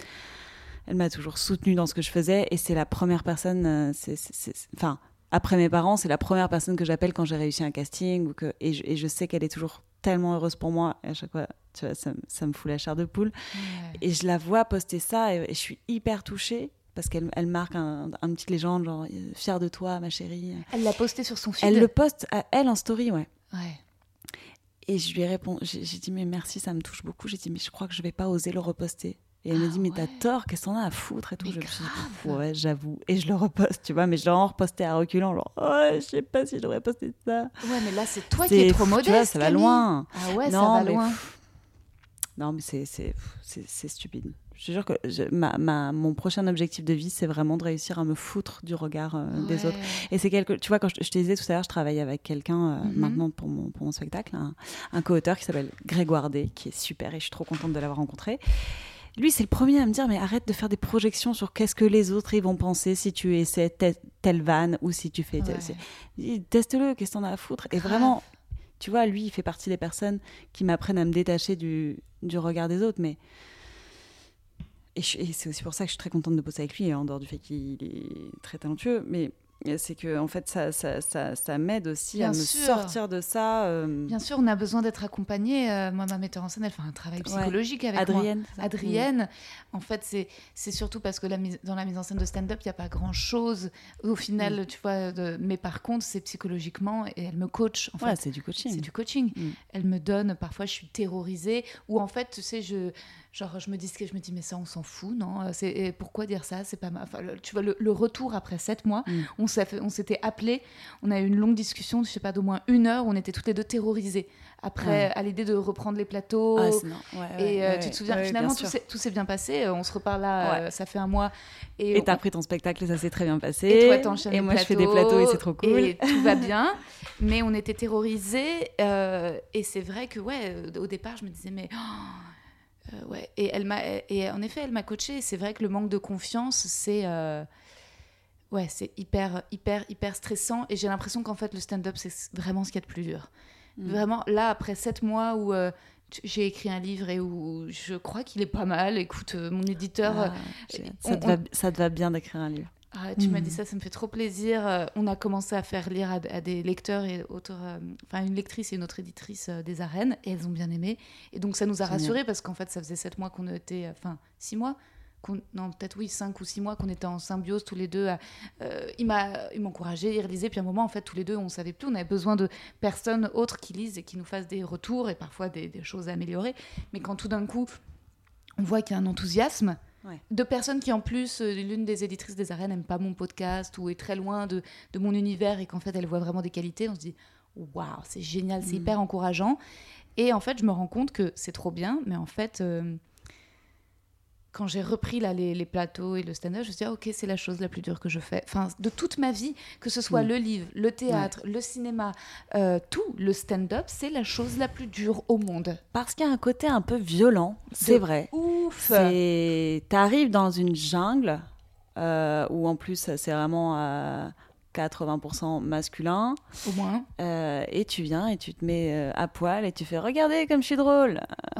m'a toujours soutenue dans ce que je faisais et c'est la première personne... Enfin, après mes parents, c'est la première personne que j'appelle quand j'ai réussi un casting. Et je sais qu'elle est toujours tellement heureuse pour moi. Et à chaque fois, tu vois, ça me fout la chair de poule. Et je la vois poster ça et je suis hyper touchée parce qu'elle marque un petite légende, genre « Fière de toi, ma chérie ». Elle l'a posté sur son feed. Elle le poste, elle, en story, ouais. Et je lui ai répondu, j'ai dit « Mais merci, ça me touche beaucoup ». J'ai dit « Mais je crois que je vais pas oser le reposter ». Et elle me dit « Mais t'as tort, qu'est-ce qu'on a à foutre ?» et tout. Je me suis dit « Ouais, j'avoue ». Et je le reposte, tu vois, mais je l'ai en reposté à reculant, genre « Oh, je sais pas si je devrais poster ça ». Ouais, mais là, c'est toi qui es trop modeste, tu vois, ça va loin. Ah ouais, non, ça va loin. Non, mais c'est stupide. Je te jure que mon prochain objectif de vie, c'est vraiment de réussir à me foutre du regard des autres. Et c'est tu vois, quand je te disais tout à l'heure, je travaille avec quelqu'un maintenant pour mon spectacle, un co-auteur qui s'appelle Grégoire D, qui est super et je suis trop contente de l'avoir rencontré. Lui, c'est le premier à me dire, mais arrête de faire des projections sur qu'est-ce que les autres ils vont penser si tu essaies telle vanne ou si tu fais... Teste-le, qu'est-ce que t'en as à foutre ? Et vraiment, tu vois, lui, il fait partie des personnes qui m'apprennent à me détacher du regard des autres, mais... Et c'est aussi pour ça que je suis très contente de bosser avec lui, en dehors du fait qu'il est très talentueux, mais c'est que en fait ça m'aide aussi Bien à me sûr. sortir de ça. Bien sûr, on a besoin d'être accompagné. Moi, ma metteur en scène, elle fait un travail psychologique avec Adrienne, moi. Adrienne, en fait, c'est surtout parce que dans la mise en scène de stand-up, il n'y a pas grand-chose. Au final, tu vois, mais par contre, c'est psychologiquement, et elle me coach. En fait, c'est du coaching. C'est du coaching. Elle me donne, parfois, je suis terrorisée, ou en fait, tu sais, je me dis, mais ça, on s'en fout, non ? Et pourquoi dire ça ? C'est pas enfin, tu vois, le retour après 7 mois, on s'était appelés, on a eu une longue discussion, je sais pas, d'au moins 1 heure, où on était toutes les deux terrorisées. Après, à l'idée de reprendre les plateaux. Tu te souviens, finalement, tout s'est bien passé. On se reparle là, ça fait 1 mois. Et t'as repris ton spectacle et ça s'est très bien passé. Et toi, t'enchaînes les plateaux. Et moi, je fais des plateaux et c'est trop cool. Et tout va bien. Mais on était terrorisés. Et c'est vrai que, au départ, je me disais, mais... Et en effet, elle m'a coachée. C'est vrai que le manque de confiance, c'est hyper stressant. Et j'ai l'impression qu'en fait, le stand-up, c'est vraiment ce qu'il y a de plus dur. Vraiment, là, après 7 mois où j'ai écrit un livre et où je crois qu'il est pas mal. Écoute, mon éditeur... ça te va bien d'écrire un livre. Tu m'as dit ça me fait trop plaisir. On a commencé à faire lire à des lecteurs et auteurs, une lectrice et une autre éditrice des arènes, et elles ont bien aimé. Et donc ça nous a rassurés parce qu'en fait ça faisait 7 mois qu'on était, 6 mois, 5 ou 6 mois qu'on était en symbiose tous les deux. Il m'encourageait, il relisait, puis à un moment en fait tous les deux on savait plus, on avait besoin de personnes autres qui lisent et qui nous fassent des retours et parfois des choses à améliorer. Mais quand tout d'un coup on voit qu'il y a un enthousiasme. De personnes qui en plus, l'une des éditrices des arènes n'aime pas mon podcast ou est très loin de mon univers et qu'en fait elle voit vraiment des qualités, on se dit waouh, c'est génial, c'est hyper encourageant. Et en fait je me rends compte que c'est trop bien, mais en fait quand j'ai repris là, les plateaux et le stand-up, je me suis dit ok, c'est la chose la plus dure que je fais, de toute ma vie, que ce soit le livre, le théâtre, le cinéma, tout, le stand-up, c'est la chose la plus dure au monde. Parce qu'il y a un côté un peu violent, c'est vrai. Ouf. T'arrives dans une jungle où en plus c'est vraiment à 80% masculin. Au moins. Et tu viens et tu te mets à poil et tu fais « Regardez comme je suis drôle !»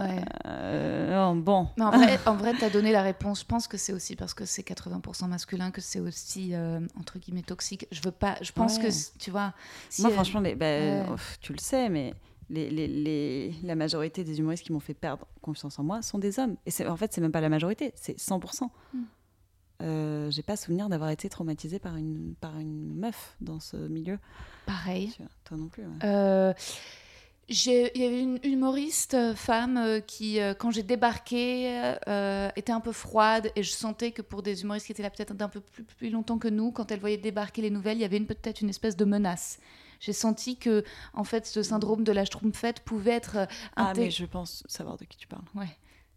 Bon. Mais en vrai, t'as donné la réponse. Je pense que c'est aussi parce que c'est 80% masculin que c'est aussi, entre guillemets, toxique. Je pense que, tu vois... Moi, franchement, tu le sais, mais... la majorité des humoristes qui m'ont fait perdre confiance en moi sont des hommes. Et en fait, c'est même pas la majorité, c'est 100%. J'ai pas souvenir d'avoir été traumatisée par une meuf dans ce milieu. Pareil. Toi non plus. Il y avait une humoriste femme qui, quand j'ai débarqué, était un peu froide, et je sentais que pour des humoristes qui étaient là peut-être d'un peu plus longtemps que nous, quand elle voyait débarquer les nouvelles, il y avait peut-être une espèce de menace. J'ai senti que, en fait, ce syndrome de la Schtroumpfette pouvait être... mais je pense savoir de qui tu parles. Ouais.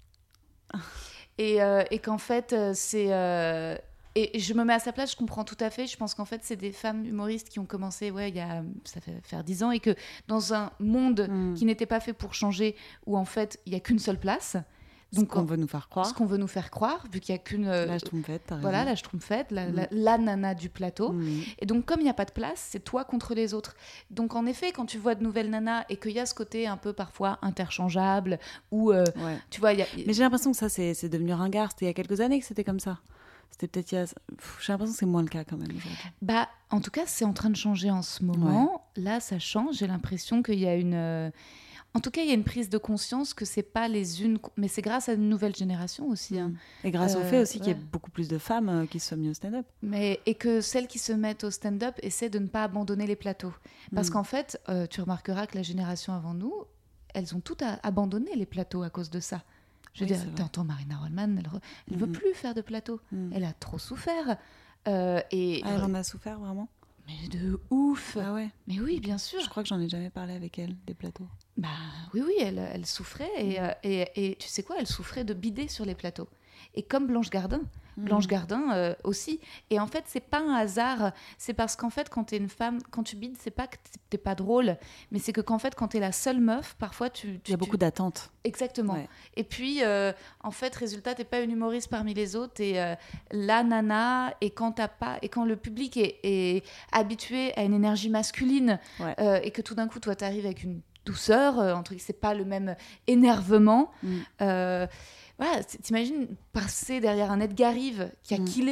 Et qu'en fait, c'est... Et je me mets à sa place, je comprends tout à fait. Je pense qu'en fait, c'est des femmes humoristes qui ont commencé, ça fait faire 10 ans, et que dans un monde qui n'était pas fait pour changer, où en fait, il n'y a qu'une seule place... Donc, ce qu'on veut nous faire croire, vu qu'il n'y a qu'une... la Schtroumpfette, t'as raison. Voilà, la Schtroumpfette, la nana du plateau. Et donc, comme il n'y a pas de place, c'est toi contre les autres. Donc, en effet, quand tu vois de nouvelles nanas et qu'il y a ce côté un peu parfois interchangeable, où, tu vois... Mais j'ai l'impression que ça, c'est devenu ringard. C'était il y a quelques années que c'était comme ça. C'était peut-être j'ai l'impression que c'est moins le cas quand même aujourd'hui. En tout cas, c'est en train de changer en ce moment. Là, ça change. J'ai l'impression qu'il y a une... En tout cas, il y a une prise de conscience que c'est pas les unes, mais c'est grâce à une nouvelle génération aussi. Et grâce au fait aussi qu'il y ait beaucoup plus de femmes qui se sont mises au stand-up. Et que celles qui se mettent au stand-up essaient de ne pas abandonner les plateaux. Parce qu'en fait, tu remarqueras que la génération avant nous, elles ont toutes abandonné les plateaux à cause de ça. Je veux dire, t'entends Marina Rollman, elle veut plus faire de plateau. Elle a trop souffert. Elle en a souffert vraiment ? Mais de ouf. Ah ouais. Mais oui, bien sûr. Je crois que j'en ai jamais parlé avec elle, des plateaux. Oui, elle souffrait. Et tu sais quoi, elle souffrait de bider sur les plateaux. Et comme Blanche Gardin. Blanche Gardin aussi. Et en fait, c'est pas un hasard. C'est parce qu'en fait, quand t'es une femme, quand tu bides, c'est pas que t'es pas drôle, mais c'est que qu'en fait, quand t'es la seule meuf, parfois il y a beaucoup d'attentes. Exactement. Ouais. Et puis, en fait, résultat, t'es pas une humoriste parmi les autres, t'es la nana. Et quand le public est habitué à une énergie masculine, et que tout d'un coup, toi, t'arrives avec une douceur, c'est pas le même énervement. Voilà, t'imagines passer derrière un Edgar Rive qui a killé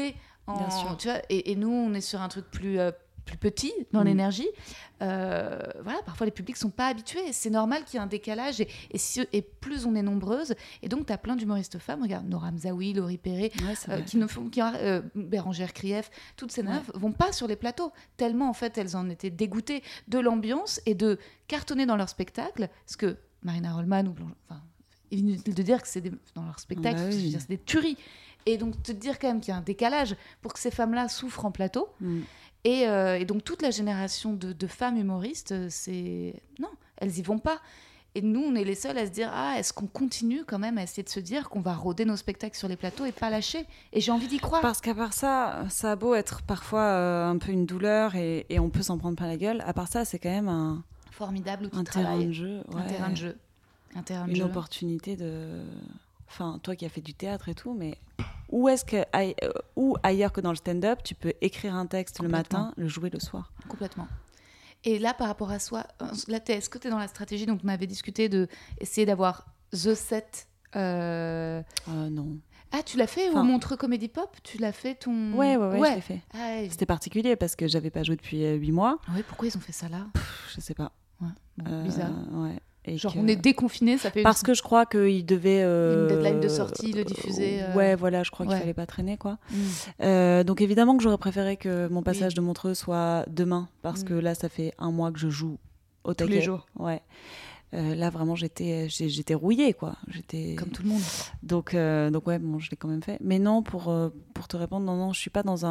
Bien sûr. Tu vois, et nous, on est sur un truc plus petit dans l'énergie. Voilà, parfois les publics sont pas habitués. C'est normal qu'il y ait un décalage et plus on est nombreuses. Et donc, tu as plein d'humoristes femmes. Regarde, Nora Mzaoui, Laurie Perret, Bérangère Krief, toutes ces meufs vont pas sur les plateaux. Tellement, en fait, elles en étaient dégoûtées de l'ambiance et de cartonner dans leur spectacle. Parce que Marina Rollman, inutile de dire que c'est dans leur spectacle, je veux dire, c'est des tueries. Et donc, te dire quand même qu'il y a un décalage pour que ces femmes-là souffrent en plateau. Et donc, toute la génération de femmes humoristes, non, elles y vont pas. Et nous, on est les seuls à se dire, est-ce qu'on continue quand même à essayer de se dire qu'on va rôder nos spectacles sur les plateaux et pas lâcher ? Et j'ai envie d'y croire. Parce qu'à part ça, ça a beau être parfois un peu une douleur et on peut s'en prendre plein la gueule. À part ça, c'est quand même un formidable outil de terrain travail. De jeu. Un terrain de jeu. Une opportunité de... Enfin, toi qui as fait du théâtre et tout, mais où ailleurs que dans le stand-up, tu peux écrire un texte le matin, le jouer le soir. Complètement. Et là, par rapport à soi, là, est-ce que tu es dans la stratégie, donc on avait discuté d'essayer d'avoir The Set Non. Ah, tu l'as fait au Montreux Comédie Pop ? Tu l'as fait ton... Ouais, je l'ai fait. C'était particulier parce que j'avais pas joué depuis 8 mois. Oui, pourquoi ils ont fait ça là ? Je sais pas. Bizarre. Ouais. Et genre on est déconfiné, ça fait parce que je crois qu'ils devaient une deadline de sortie, le diffuser. Ouais, voilà, je crois qu'il fallait pas traîner quoi. Donc évidemment que j'aurais préféré que mon passage de Montreux soit demain parce que là ça fait 1 mois que je joue au taquet. Tous les jours. Ouais. Là vraiment j'étais rouillée quoi. Comme tout le monde. Donc ouais, bon, je l'ai quand même fait. Mais non, pour te répondre, non, je suis pas dans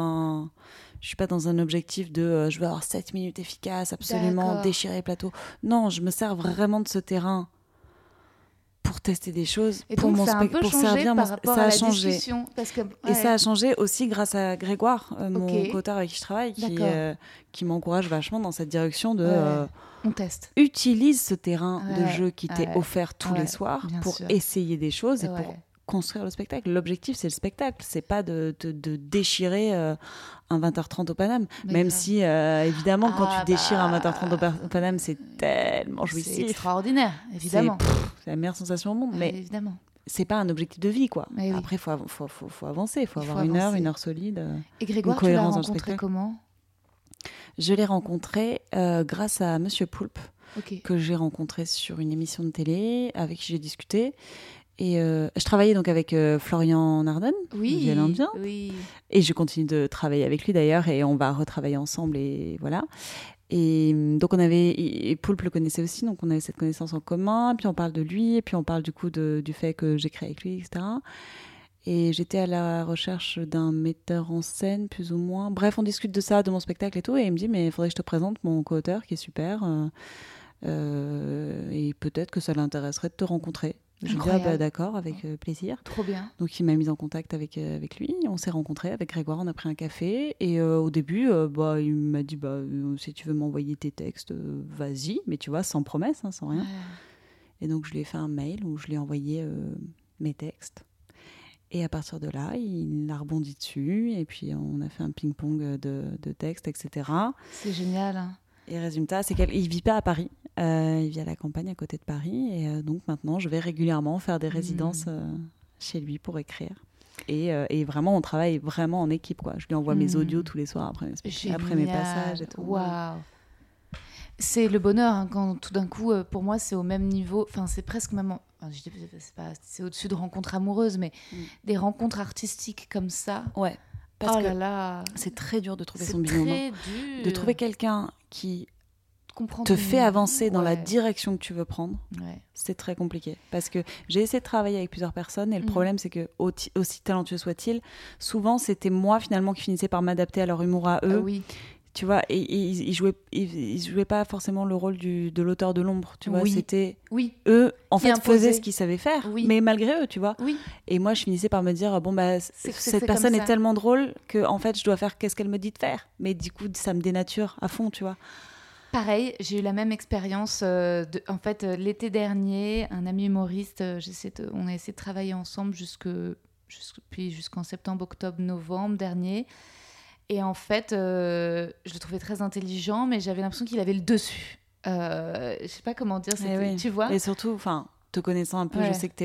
un objectif de je veux avoir 7 minutes efficaces, absolument déchirer les plateaux. Non, je me sers vraiment de ce terrain pour tester des choses, et pour donc, ça a un peu changé par rapport à la changé. Discussion parce que, et ça a changé aussi grâce à Grégoire, mon co-auteur avec qui je travaille, qui m'encourage vachement dans cette direction de on teste. Utilise ce terrain de jeu qui t'est offert tous les soirs pour essayer des choses et pour construire le spectacle. L'objectif, c'est le spectacle. C'est pas de déchirer un 20h30 au Paname. Même si, évidemment, quand tu déchires un 20h30 au Paname, c'est tellement jouissif. C'est extraordinaire, évidemment. C'est la meilleure sensation au monde. Mais évidemment. C'est pas un objectif de vie, quoi. Oui. Après, il faut avancer. Il faut avoir une heure solide. Et Grégoire, tu l'as rencontré comment ? Je l'ai rencontré grâce à Monsieur Poulpe, que j'ai rencontré sur une émission de télé, avec qui j'ai discuté. Et je travaillais donc avec Florian Nardon, Visuel Indien. Oui. Et je continue de travailler avec lui d'ailleurs, et on va retravailler ensemble, et voilà. Et donc et Poulpe le connaissait aussi, donc on avait cette connaissance en commun, puis on parle de lui, et puis on parle du coup du fait que j'écris avec lui, etc. Et j'étais à la recherche d'un metteur en scène, plus ou moins. Bref, on discute de ça, de mon spectacle et tout, et il me dit, mais il faudrait que je te présente mon co-auteur, qui est super, et peut-être que ça l'intéresserait de te rencontrer. Je lui ai dit, d'accord, avec plaisir. Trop bien. Donc il m'a mise en contact avec lui, on s'est rencontrés avec Grégoire, on a pris un café, et au début, il m'a dit, si tu veux m'envoyer tes textes, vas-y, mais tu vois, sans promesse, sans rien. Et donc je lui ai fait un mail où je lui ai envoyé mes textes. Et à partir de là, il a rebondi dessus, et puis on a fait un ping-pong de textes, etc. C'est génial, hein. Et résultat, c'est qu'il ne vit pas à Paris, il vit à la campagne à côté de Paris, et donc maintenant je vais régulièrement faire des résidences chez lui pour écrire. Et vraiment, on travaille vraiment en équipe, quoi. Je lui envoie mes audios tous les soirs après mes passages et tout. Waouh. C'est le bonheur, hein, quand tout d'un coup, pour moi, c'est au même niveau, enfin c'est presque même, c'est au-dessus de rencontres amoureuses, mais des rencontres artistiques comme ça. Ouais. Parce là là, c'est très dur de trouver son binôme. C'est très dur. De trouver quelqu'un qui te fait avancer dans la direction que tu veux prendre, c'est très compliqué. Parce que j'ai essayé de travailler avec plusieurs personnes, et le problème, c'est que aussi talentueux soit-il, souvent, c'était moi, finalement, qui finissais par m'adapter à leur humour à eux. Oui. Tu vois, et ils jouaient pas forcément le rôle de l'auteur de l'ombre, tu vois, c'était eux, en fait, faisaient ce qu'ils savaient faire, mais malgré eux, tu vois. Et moi, je finissais par me dire, cette personne est tellement drôle que, en fait, je dois faire qu'est-ce qu'elle me dit de faire. Mais du coup, ça me dénature à fond, tu vois. Pareil, j'ai eu la même expérience. En fait, l'été dernier, un ami humoriste, on a essayé de travailler ensemble jusqu'en septembre, octobre, novembre dernier. Et en fait, je le trouvais très intelligent, mais j'avais l'impression qu'il avait le dessus. Je sais pas comment dire, tu vois. Et surtout, te connaissant un peu, je sais que t'es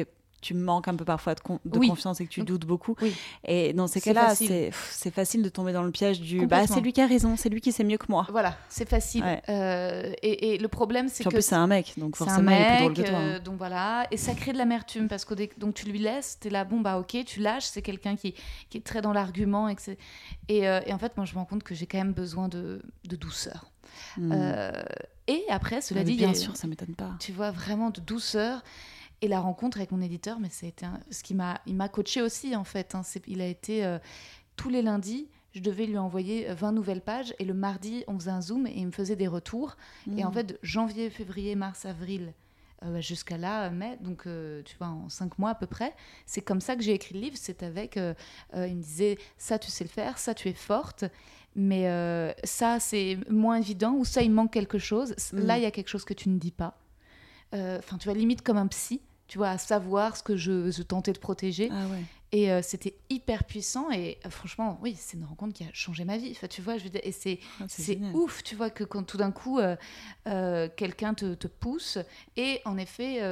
tu manques un peu parfois de Oui. confiance et que tu doutes beaucoup. Oui. Et dans ces C'est cas-là, facile. c'est facile de tomber dans le piège du Complètement. c'est lui qui a raison, c'est lui qui sait mieux que moi. Voilà, c'est facile. Ouais. Et le problème, c'est Puis en que plus, c'est un mec, donc c'est forcément, un il est plus mec, drôle que toi. Hein. donc voilà, et ça crée de l'amertume parce que donc tu lui laisses, t'es là, bon bah ok, tu lâches, c'est quelqu'un qui est très dans l'argument, et en fait, moi je me rends compte que j'ai quand même besoin de douceur. Et après, cela dit, bien sûr, ça m'étonne pas. Tu vois, vraiment de douceur. Et la rencontre avec mon éditeur, mais ça a été il m'a coaché aussi en fait. Hein. Il a été tous les lundis, je devais lui envoyer 20 nouvelles pages et le mardi, on faisait un zoom et il me faisait des retours. Et en fait, de janvier, février, mars, avril, jusqu'à là, mai, donc tu vois, en 5 mois à peu près, c'est comme ça que j'ai écrit le livre. C'est avec, il me disait, ça tu sais le faire, ça tu es forte, mais ça c'est moins évident, ou ça il manque quelque chose. Là, il y a quelque chose que tu ne dis pas. Enfin, tu vois, limite comme un psy. Tu vois, à savoir ce que je tentais de protéger. Ah ouais. Et c'était hyper puissant. Et franchement, oui, c'est une rencontre qui a changé ma vie. Enfin, tu vois, je veux dire, et c'est ouf, tu vois, que quand tout d'un coup, quelqu'un te pousse. Et en effet,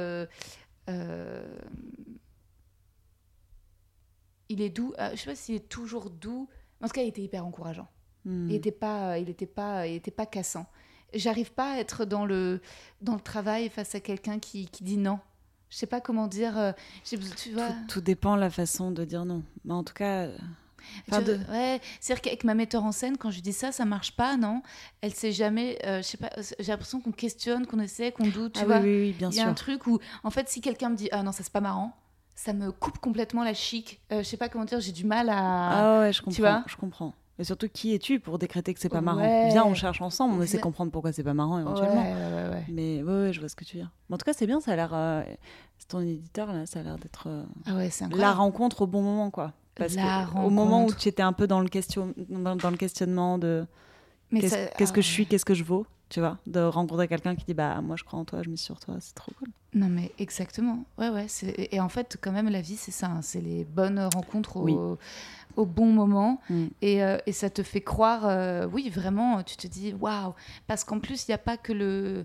il est doux. Je sais pas s'il est toujours doux. En tout cas, il était hyper encourageant. Il était pas cassant. J'arrive pas à être dans le travail face à quelqu'un qui dit non. Je sais pas comment dire. Tu vois. Tout dépend de la façon de dire non. Mais en tout cas. Ouais, c'est-à-dire qu'avec ma metteur en scène, quand je lui dis ça marche pas, non. Elle sait jamais. Je sais pas. J'ai l'impression qu'on questionne, qu'on essaie, qu'on doute. Tu vois. Oui, bien sûr. Il y a un truc où, en fait, si quelqu'un me dit ah non, ça c'est pas marrant, ça me coupe complètement la chic. Je sais pas comment dire. J'ai du mal à. Ah ouais, je comprends. Tu vois. Je comprends. Et surtout, qui es-tu pour décréter que c'est pas marrant ? Ouais. Viens, on cherche ensemble, on essaie de comprendre pourquoi c'est pas marrant éventuellement. Ouais. Mais ouais, je vois ce que tu veux dire. Mais en tout cas, c'est bien, ça a l'air. C'est ton éditeur, là, ça a l'air d'être c'est incroyable. la rencontre au bon moment, quoi. Parce qu'au moment où tu étais un peu dans le questionnement de qu'est-ce que je suis, qu'est-ce que je vaux, tu vois, de rencontrer quelqu'un qui dit bah moi je crois en toi, je mise sur toi, c'est trop cool. Non mais exactement, ouais. Et en fait quand même la vie c'est ça, hein, c'est les bonnes rencontres au bon moment et ça te fait croire, oui vraiment, tu te dis waouh, parce qu'en plus il n'y a pas que le...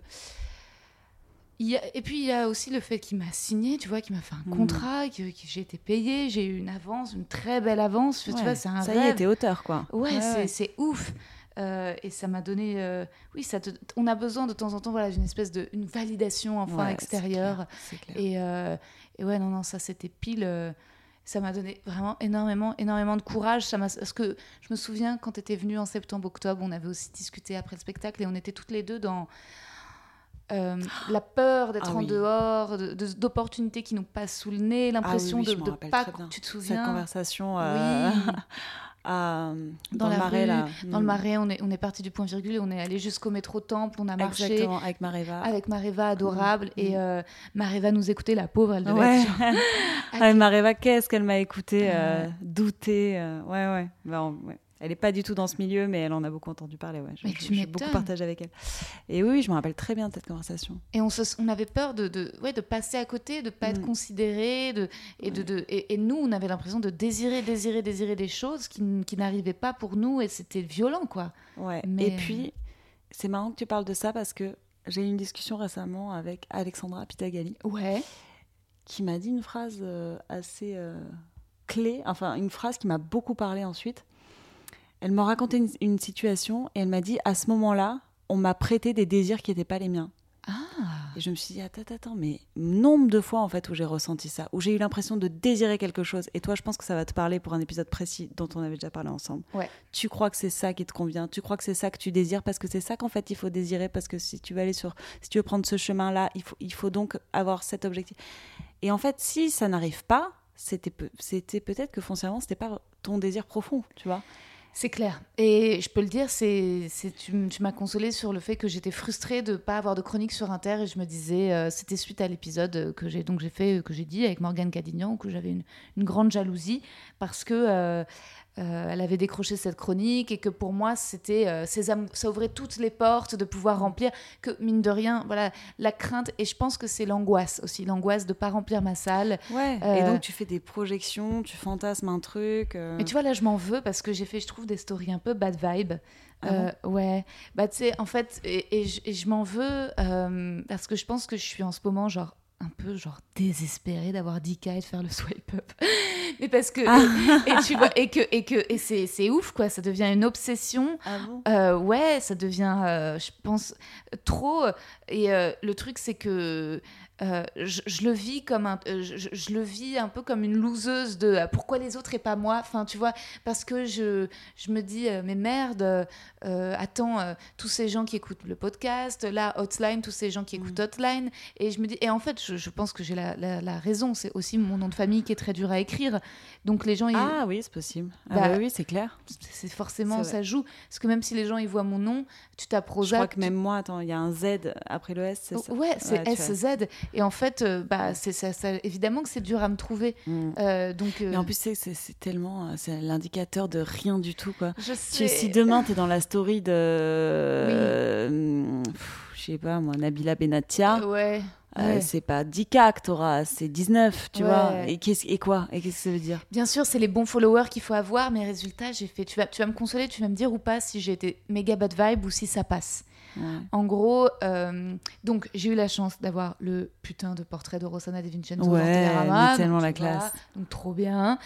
Et puis il y a aussi le fait qu'il m'a signé, tu vois, qu'il m'a fait un contrat, que j'ai été payée, j'ai eu une avance, une très belle avance, tu vois, c'est un rêve. Ça y est, t'es auteur, quoi. Ouais. C'est ouf. Et ça m'a donné... on a besoin de temps en temps d'une espèce une validation extérieure. C'est clair. Et ouais, non, ça c'était pile... ça m'a donné vraiment énormément de courage. Parce que je me souviens, quand tu étais venue en septembre-octobre, on avait aussi discuté après le spectacle et on était toutes les deux dans... la peur d'être en dehors, d'opportunités qui nous passent sous le nez, l'impression de pas... Tu te souviens ? Cette conversation dans le Marais, là. Dans le Marais, on est parti du point virgule et on est allé jusqu'au métro Temple, on a marché. Exactement, avec Mareva. Avec Mareva, adorable. Et Mareva nous écoutait, la pauvre, elle devait être genre... Mareva, qu'est-ce qu'elle m'a écoutée, douter. Ouais. Ouais. Elle n'est pas du tout dans ce milieu, mais elle en a beaucoup entendu parler. Ouais. J'ai beaucoup partagé avec elle. Et oui, je me rappelle très bien de cette conversation. Et on avait peur de passer à côté, de ne pas être considéré. Et nous, on avait l'impression de désirer des choses qui n'arrivaient pas pour nous. Et c'était violent, quoi. Ouais. Et puis, c'est marrant que tu parles de ça parce que j'ai eu une discussion récemment avec Alexandra Pitagali. Ouais. Qui m'a dit une phrase assez clé. Enfin, une phrase qui m'a beaucoup parlé ensuite. Elle m'a raconté une situation et elle m'a dit, à ce moment-là, on m'a prêté des désirs qui n'étaient pas les miens. Ah. Et je me suis dit, attends, mais nombre de fois en fait où j'ai ressenti ça, où j'ai eu l'impression de désirer quelque chose. Et toi, je pense que ça va te parler pour un épisode précis dont on avait déjà parlé ensemble. Ouais. Tu crois que c'est ça qui te convient, tu crois que c'est ça que tu désires parce que c'est ça qu'en fait il faut désirer parce que si tu veux prendre ce chemin-là, il faut donc avoir cet objectif. Et en fait, si ça n'arrive pas, c'était peut-être que foncièrement, c'était pas ton désir profond, tu vois. C'est clair. Et je peux le dire, tu m'as consolée sur le fait que j'étais frustrée de ne pas avoir de chronique sur Inter. Et je me disais, c'était suite à l'épisode que j'ai dit avec Morgane Cadignan, que j'avais une grande jalousie parce que elle avait décroché cette chronique et que pour moi, c'était ça ouvrait toutes les portes de pouvoir remplir. Que mine de rien, voilà, la crainte, et je pense que c'est l'angoisse aussi, l'angoisse de ne pas remplir ma salle. Ouais, et donc tu fais des projections, tu fantasmes un truc. Mais tu vois, là, je m'en veux parce que j'ai fait, je trouve, des stories un peu bad vibe. Ouais, bah tu sais, en fait, et je m'en veux parce que je pense que je suis en ce moment genre un peu genre désespérée d'avoir 10K et de faire le swipe up. Mais parce que et tu vois et c'est ouf quoi, ça devient une obsession. Ah bon Ouais, ça devient je pense trop et le truc c'est que je le vis comme je le vis un peu comme une loseuse de pourquoi les autres et pas moi, enfin tu vois, parce que je me dis mais merde, attends, tous ces gens qui écoutent le podcast là, Hotline, tous ces gens qui écoutent Hotline, et je me dis, et en fait je pense que j'ai la raison, c'est aussi mon nom de famille qui est très dur à écrire, donc les gens oui, c'est possible. Oui, c'est clair, c'est forcément c'est ça joue, parce que même si les gens ils voient mon nom, tu tapes Rosa, je crois que même moi, attends, il y a un Z après le S, c'est ça? Ouais, c'est SZ. Et en fait, c'est ça, évidemment que c'est dur à me trouver. Donc, et en plus, c'est tellement... C'est l'indicateur de rien du tout, quoi. Je sais. Si demain, t'es dans la story de... je sais pas, moi, Nabila Benatia... Ouais. C'est pas 10K que t'auras, c'est 19, tu vois. Et qu'est-ce que ça veut dire? Bien sûr, c'est les bons followers qu'il faut avoir, mais résultat, j'ai fait... Tu vas me consoler, tu vas me dire ou pas si j'ai été méga bad vibe ou si ça passe. Ouais. En gros, donc j'ai eu la chance d'avoir le putain de portrait de Rossana De Vincenzo dans Télérama. Ouais, tellement la classe. Donc trop bien.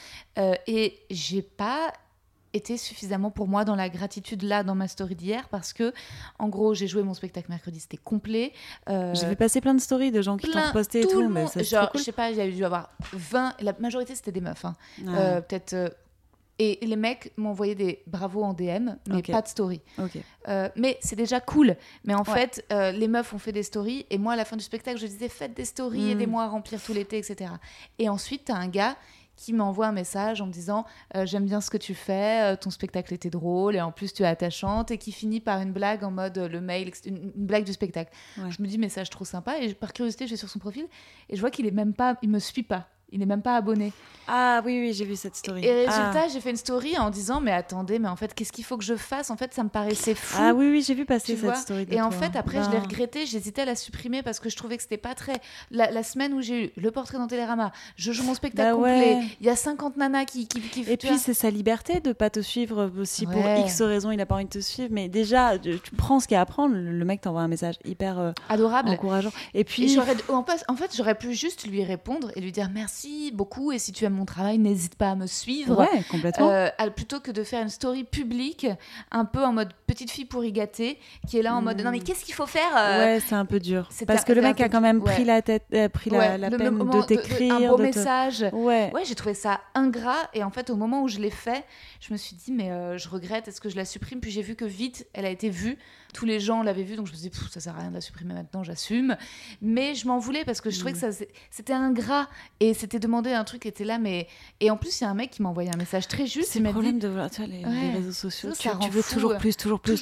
Et j'ai pas été suffisamment pour moi dans la gratitude là dans ma story d'hier, parce que en gros j'ai joué mon spectacle mercredi, c'était complet. J'ai vu passer plein de stories de gens qui t'ont reposté et tout, mais ça, genre cool. je sais pas, j'avais dû avoir 20, la majorité c'était des meufs, hein. Peut-être et les mecs m'ont envoyé des bravos en DM, mais pas de story. Mais c'est déjà cool. Mais en fait, les meufs ont fait des stories, et moi à la fin du spectacle je disais faites des stories, aidez-moi à remplir tout l'été, etc. Et ensuite t'as un gars qui m'envoie un message en me disant j'aime bien ce que tu fais, ton spectacle était drôle et en plus tu es attachante, et qui finit par une blague en mode le mail, une blague du spectacle. Je me dis message trop sympa, et par curiosité je vais sur son profil et je vois qu'il est même pas, il me suit pas. Il n'est même pas abonné. Ah oui, j'ai vu cette story. Et résultat, j'ai fait une story en disant mais attendez, mais en fait, qu'est-ce qu'il faut que je fasse? En fait, ça me paraissait fou. Ah oui, j'ai vu passer cette story de Et toi. en fait, après, je l'ai regretté. J'hésitais à la supprimer parce que je trouvais que c'était pas très... La semaine où j'ai eu le portrait dans Télérama, je joue mon spectacle complet, il y a 50 nanas qui et puis, c'est sa liberté de pas te suivre aussi pour X raisons. Il a pas envie de te suivre. Mais déjà, tu prends ce qu'il y a à prendre. Le mec t'envoie un message hyper adorable, encourageant. Et puis... en fait, j'aurais pu juste lui répondre et lui dire merci beaucoup. Et si tu aimes mon travail, n'hésite pas à me suivre. Ouais, complètement. Plutôt que de faire une story publique, un peu en mode petite fille pourri gâtée, qui est là en mode non mais qu'est-ce qu'il faut faire Ouais, c'est un peu dur. Parce que le mec a quand même pris la tête, la peine de t'écrire. Un beau message. Ouais, j'ai trouvé ça ingrat. Et en fait, au moment où je l'ai fait, je me suis dit mais je regrette, est-ce que je la supprime? Puis j'ai vu que vite, elle a été vue. Tous les gens l'avaient vue, donc je me suis dit ça sert à rien de la supprimer maintenant, j'assume. Mais je m'en voulais parce que je trouvais que c'était ingrat et c'était demander un truc qui était là, mais et en plus il y a un mec qui m'a envoyé un message très juste. C'est le problème de les réseaux sociaux. Tu veux toujours plus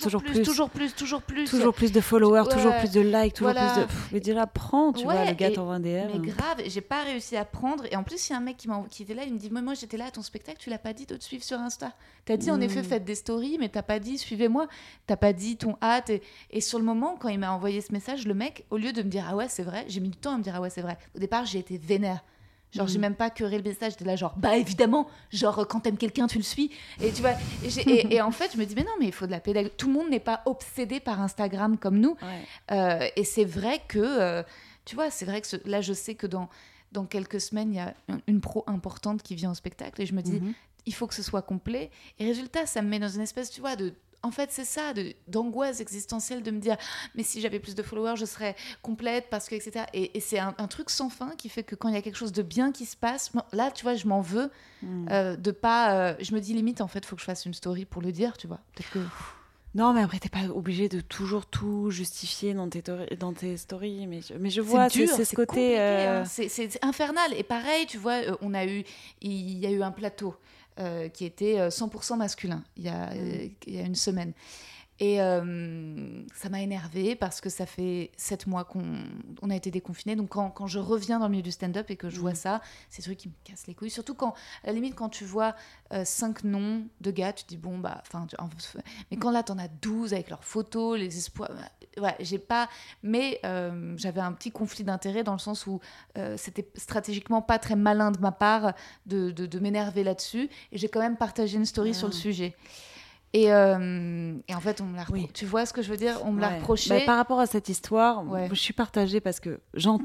de followers, toujours plus de likes, toujours plus de. Mais déjà prends, tu vois, le gars t'envoie un DM. Mais grave, j'ai pas réussi à prendre. Et en plus il y a un mec qui était là, il me dit moi j'étais là à ton spectacle, tu l'as pas dit de te suivre sur Insta. T'as dit en effet faites des stories, mais t'as pas dit suivez-moi. T'as pas dit ton hâte. Et sur le moment, quand il m'a envoyé ce message, le mec, au lieu de me dire ah ouais c'est vrai, j'ai mis du temps à me dire ah ouais c'est vrai. Au départ j'ai été vénère. Genre j'ai même pas queuré le message, j'étais là genre bah évidemment, genre quand t'aimes quelqu'un tu le suis, et tu vois, et en fait je me dis mais non mais il faut de la pédagogie, tout le monde n'est pas obsédé par Instagram comme nous. Et c'est vrai que tu vois, c'est vrai que là je sais que dans quelques semaines il y a une pro importante qui vient au spectacle, et je me dis il faut que ce soit complet, et résultat ça me met dans une espèce, tu vois, en fait, c'est ça, d'angoisse existentielle, de me dire mais si j'avais plus de followers, je serais complète, parce que, etc. Et c'est un truc sans fin qui fait que quand il y a quelque chose de bien qui se passe, là, tu vois, je m'en veux de pas... je me dis limite, en fait, il faut que je fasse une story pour le dire, tu vois. Peut-être que... Non, mais après, t'es pas obligé de toujours tout justifier dans tes stories. Mais je vois, c'est dur, c'est ce côté... Hein. C'est infernal. Et pareil, tu vois, il y a eu un plateau qui était 100% masculin il y a une semaine. Et ça m'a énervée parce que ça fait 7 mois qu'on a été déconfinés. Donc quand je reviens dans le milieu du stand-up et que je vois ça, c'est des trucs qui me cassent les couilles. Surtout à la limite, quand tu vois 5 noms de gars, tu te dis bon, bah, mais quand là, t'en as 12 avec leurs photos, les espoirs. Ouais, j'ai pas. Mais j'avais un petit conflit d'intérêts dans le sens où c'était stratégiquement pas très malin de ma part de m'énerver là-dessus. Et j'ai quand même partagé une story sur le sujet. Et en fait, on me l'a tu vois ce que je veux dire, on me l'a reproché. Par rapport à cette histoire, je suis partagée parce que j'entends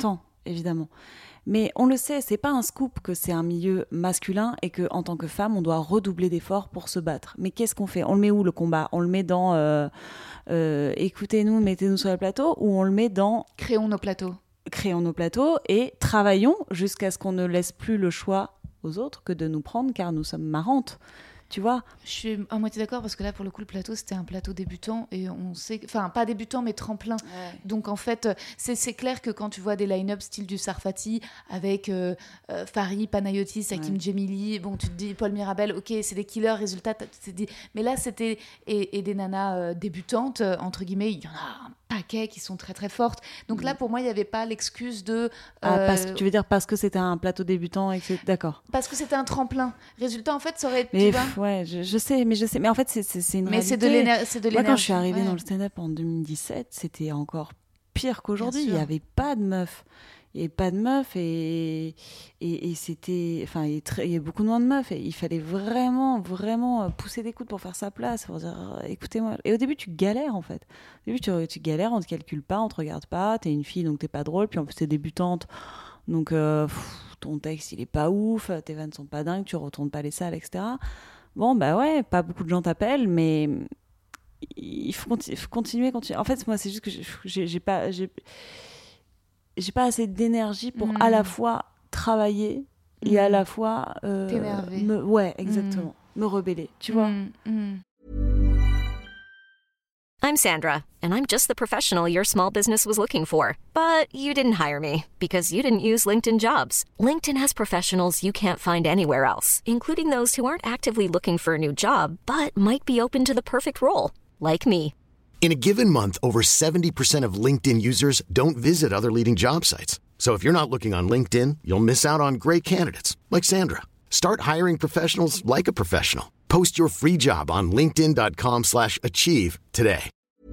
évidemment. Mais on le sait, c'est pas un scoop que c'est un milieu masculin et que en tant que femme, on doit redoubler d'efforts pour se battre. Mais qu'est-ce qu'on fait ? On le met où le combat ? On le met dans écoutez-nous, mettez-nous sur le plateau, ou on le met dans créons nos plateaux et travaillons jusqu'à ce qu'on ne laisse plus le choix aux autres que de nous prendre car nous sommes marrantes. Tu vois ? Je suis à moitié d'accord parce que là, pour le coup, le plateau, c'était un plateau débutant et on sait... Enfin, pas débutant, mais tremplin. Ouais. Donc, en fait, c'est clair que quand tu vois des line-up style du Sarfati avec Fari, Panayotis, Hakim Djemili, bon, tu te dis Paul Mirabel, ok, c'est des killers, résultat, dit... Mais là, c'était... Et des nanas débutantes, entre guillemets, il y en a un paquet qui sont très, très fortes. Donc là, pour moi, il n'y avait pas l'excuse de... tu veux dire parce que c'était un plateau débutant et que d'accord. Parce que c'était un tremplin. Résultat, en fait, ça aurait été... Ouais, je sais. Mais en fait, c'est une réalité. C'est de l'énergie. Moi, quand je suis arrivée dans le stand-up en 2017, c'était encore pire qu'aujourd'hui. Il n'y avait pas de meufs. Il n'y avait pas de meufs et c'était... Enfin, il y a beaucoup moins de meufs et il fallait vraiment, vraiment pousser des coudes pour faire sa place, pour dire écoutez-moi. Et au début, tu galères, en fait. Au début, tu galères, on ne te calcule pas, on ne te regarde pas. Tu es une fille, donc tu n'es pas drôle. Puis en plus, tu es débutante. Donc, ton texte, il n'est pas ouf. Tes vannes ne sont pas dingues. Tu ne retournes pas les salles, etc. Bon, bah ouais, pas beaucoup de gens t'appellent, mais il faut continuer. En fait, moi, c'est juste que j'ai pas assez d'énergie pour à la fois travailler et à la fois... t'énerver. Ouais, exactement. Me rebeller, tu vois. I'm Sandra, and I'm just the professional your small business was looking for. But you didn't hire me because you didn't use LinkedIn Jobs. LinkedIn has professionals you can't find anywhere else, including those who aren't actively looking for a new job, but might be open to the perfect role, like me. In a given month, over 70% of LinkedIn users don't visit other leading job sites. So if you're not looking on LinkedIn, you'll miss out on great candidates like Sandra. Start hiring professionals like a professional. Post your free job on linkedin.com/achieve today.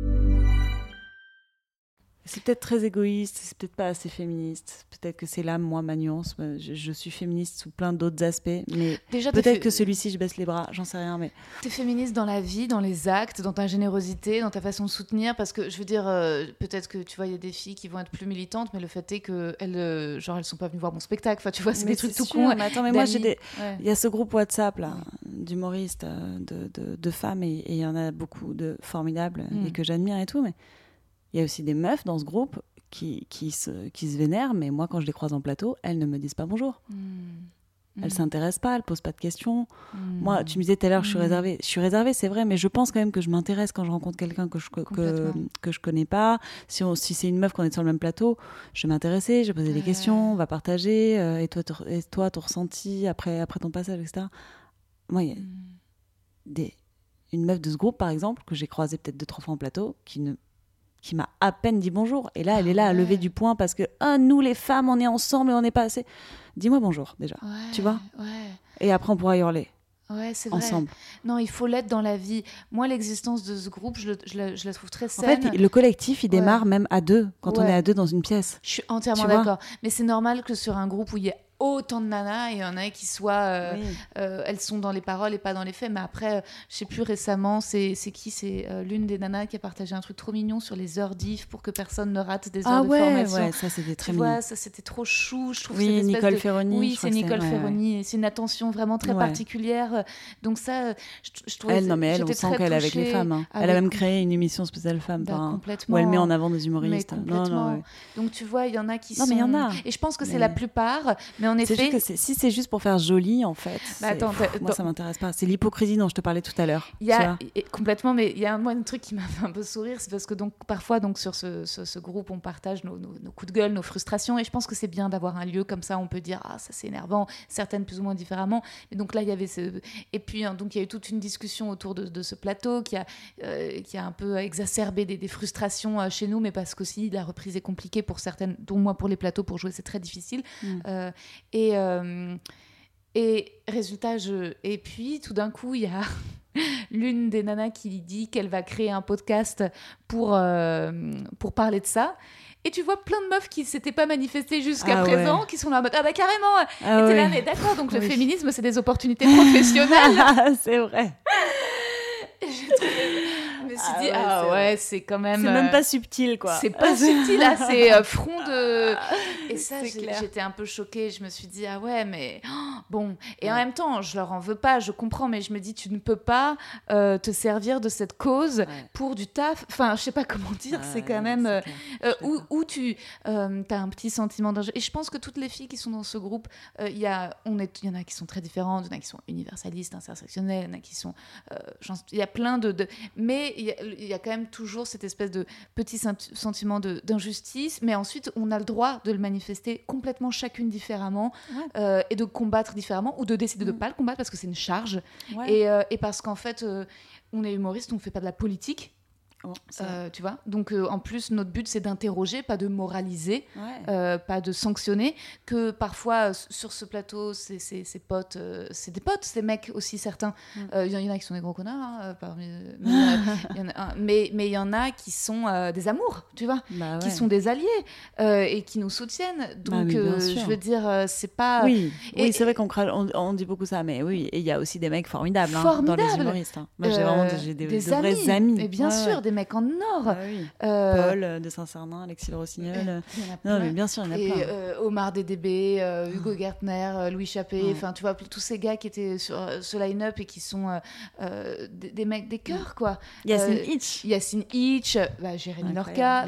C'est peut-être très égoïste, c'est peut-être pas assez féministe. Peut-être que c'est là, moi, ma nuance. Je suis féministe sous plein d'autres aspects, mais déjà, peut-être que celui-ci, je baisse les bras, j'en sais rien. Mais t'es féministe dans la vie, dans les actes, dans ta générosité, dans ta façon de soutenir, parce que je veux dire, peut-être que tu vois, il y a des filles qui vont être plus militantes, mais le fait est qu'elles elles sont pas venues voir mon spectacle. Enfin, tu vois, c'est des trucs tout cons. Mais attends, mais moi, il y a ce groupe WhatsApp là, d'humoristes, de femmes, et il y en a beaucoup de formidables et que j'admire et tout, mais il y a aussi des meufs dans ce groupe qui se vénèrent, mais moi, quand je les croise en plateau, elles ne me disent pas bonjour. Elles s'intéressent pas, elles posent pas de questions. Moi, tu me disais tout à l'heure, je suis réservée, c'est vrai, mais je pense quand même que je m'intéresse quand je rencontre quelqu'un que je connais pas. Si c'est une meuf qu'on est sur le même plateau, je vais m'intéresser, je vais poser des questions, on va partager. Et toi, ton ressenti après ton passage, etc. Moi, il y a une meuf de ce groupe, par exemple, que j'ai croisée peut-être 2-3 fois en plateau, qui m'a à peine dit bonjour. Et là, elle est là à lever du poing parce que nous, les femmes, on est ensemble et on n'est pas assez. Dis-moi bonjour, déjà. Tu vois ? Et après, on pourra hurler. Ouais, c'est ensemble. Vrai. Non, il faut l'être dans la vie. Moi, l'existence de ce groupe, je la trouve très saine. En fait, le collectif, il démarre même à deux, quand on est à deux dans une pièce. Je suis entièrement d'accord. Mais c'est normal que sur un groupe où il y a autant de nanas, il y en a qui soient elles sont dans les paroles et pas dans les faits, mais après je sais plus récemment c'est qui, c'est l'une des nanas qui a partagé un truc trop mignon sur les heures diff pour que personne ne rate des heures de formation. Ça c'était très mignon. Vois, ça c'était trop chou, je trouve. Oui, Nicole Ferroni. Oui, c'est Nicole Ferroni. C'est une attention vraiment très particulière. Donc ça, je trouve. Elle, on sent qu'elle est avec les femmes. Hein. Elle a même créé une émission spéciale femmes, complètement. Où elle met en avant des humoristes. Non. Donc tu vois, il y en a qui sont. Non, mais il y en a. Et je pense que c'est la plupart. Mais en effet. C'est juste que si c'est juste pour faire joli, en fait. Moi, ça m'intéresse pas. C'est l'hypocrisie dont je te parlais tout à l'heure. Complètement, mais il y a un truc qui m'a fait un peu sourire, c'est parce que parfois sur ce groupe, on partage nos coups de gueule, nos frustrations, et je pense que c'est bien d'avoir un lieu comme ça, on peut dire ça c'est énervant, certaines plus ou moins différemment. Et donc là, il y avait et puis donc il y a eu toute une discussion autour de ce plateau qui a un peu exacerbé des frustrations chez nous, mais parce qu'aussi la reprise est compliquée pour certaines, dont moi pour les plateaux, pour jouer c'est très difficile. Et résultat, et puis tout d'un coup, il y a l'une des nanas qui dit qu'elle va créer un podcast pour parler de ça. Et tu vois plein de meufs qui ne s'étaient pas manifestées jusqu'à présent, qui sont là en mode carrément. Et t'es là, mais d'accord, donc le féminisme, c'est des opportunités professionnelles. C'est vrai. suis dit, c'est quand même... C'est même pas subtil, quoi. C'est pas subtil, là, c'est front de... Et ça, j'étais un peu choquée. Je me suis dit, mais... bon. Et en même temps, je leur en veux pas, je comprends, mais je me dis, tu ne peux pas te servir de cette cause pour du taf. Enfin, je sais pas comment dire, c'est quand même... où tu as un petit sentiment d'injustice. Et je pense que toutes les filles qui sont dans ce groupe, il y en a qui sont très différentes, il y en a qui sont universalistes, intersectionnelles, il y en a qui sont... il y a plein de... Mais il y a quand même toujours cette espèce de petit sentiment d'injustice, mais ensuite, on a le droit de le manifester complètement chacune différemment et de combattre différemment ou de décider de ne pas le combattre parce que c'est une charge et parce qu'en fait, on est humoriste, on ne fait pas de la politique. Tu vois, donc en plus notre but c'est d'interroger, pas de moraliser, pas de sanctionner, que parfois sur ce plateau ces potes, c'est des potes, ces mecs aussi certains, il y en a qui sont des gros connards mais il y en a qui sont des amours, tu vois, qui sont des alliés et qui nous soutiennent, donc je veux dire c'est pas c'est vrai on dit beaucoup ça, mais oui, et il y a aussi des mecs formidables dans les humoristes, hein. Moi j'ai vraiment des vrais amis, et bien sûr des mecs en or, Paul de Saint-Cernin, Alexis Le Rossignol, mais bien sûr il y en a plein, Omar DDB, Hugo Gertner, Louis Chappé, enfin tu vois tous ces gars qui étaient sur ce line-up et qui sont des mecs des cœurs, quoi. Yacine Hitch, Jérémy Lorca,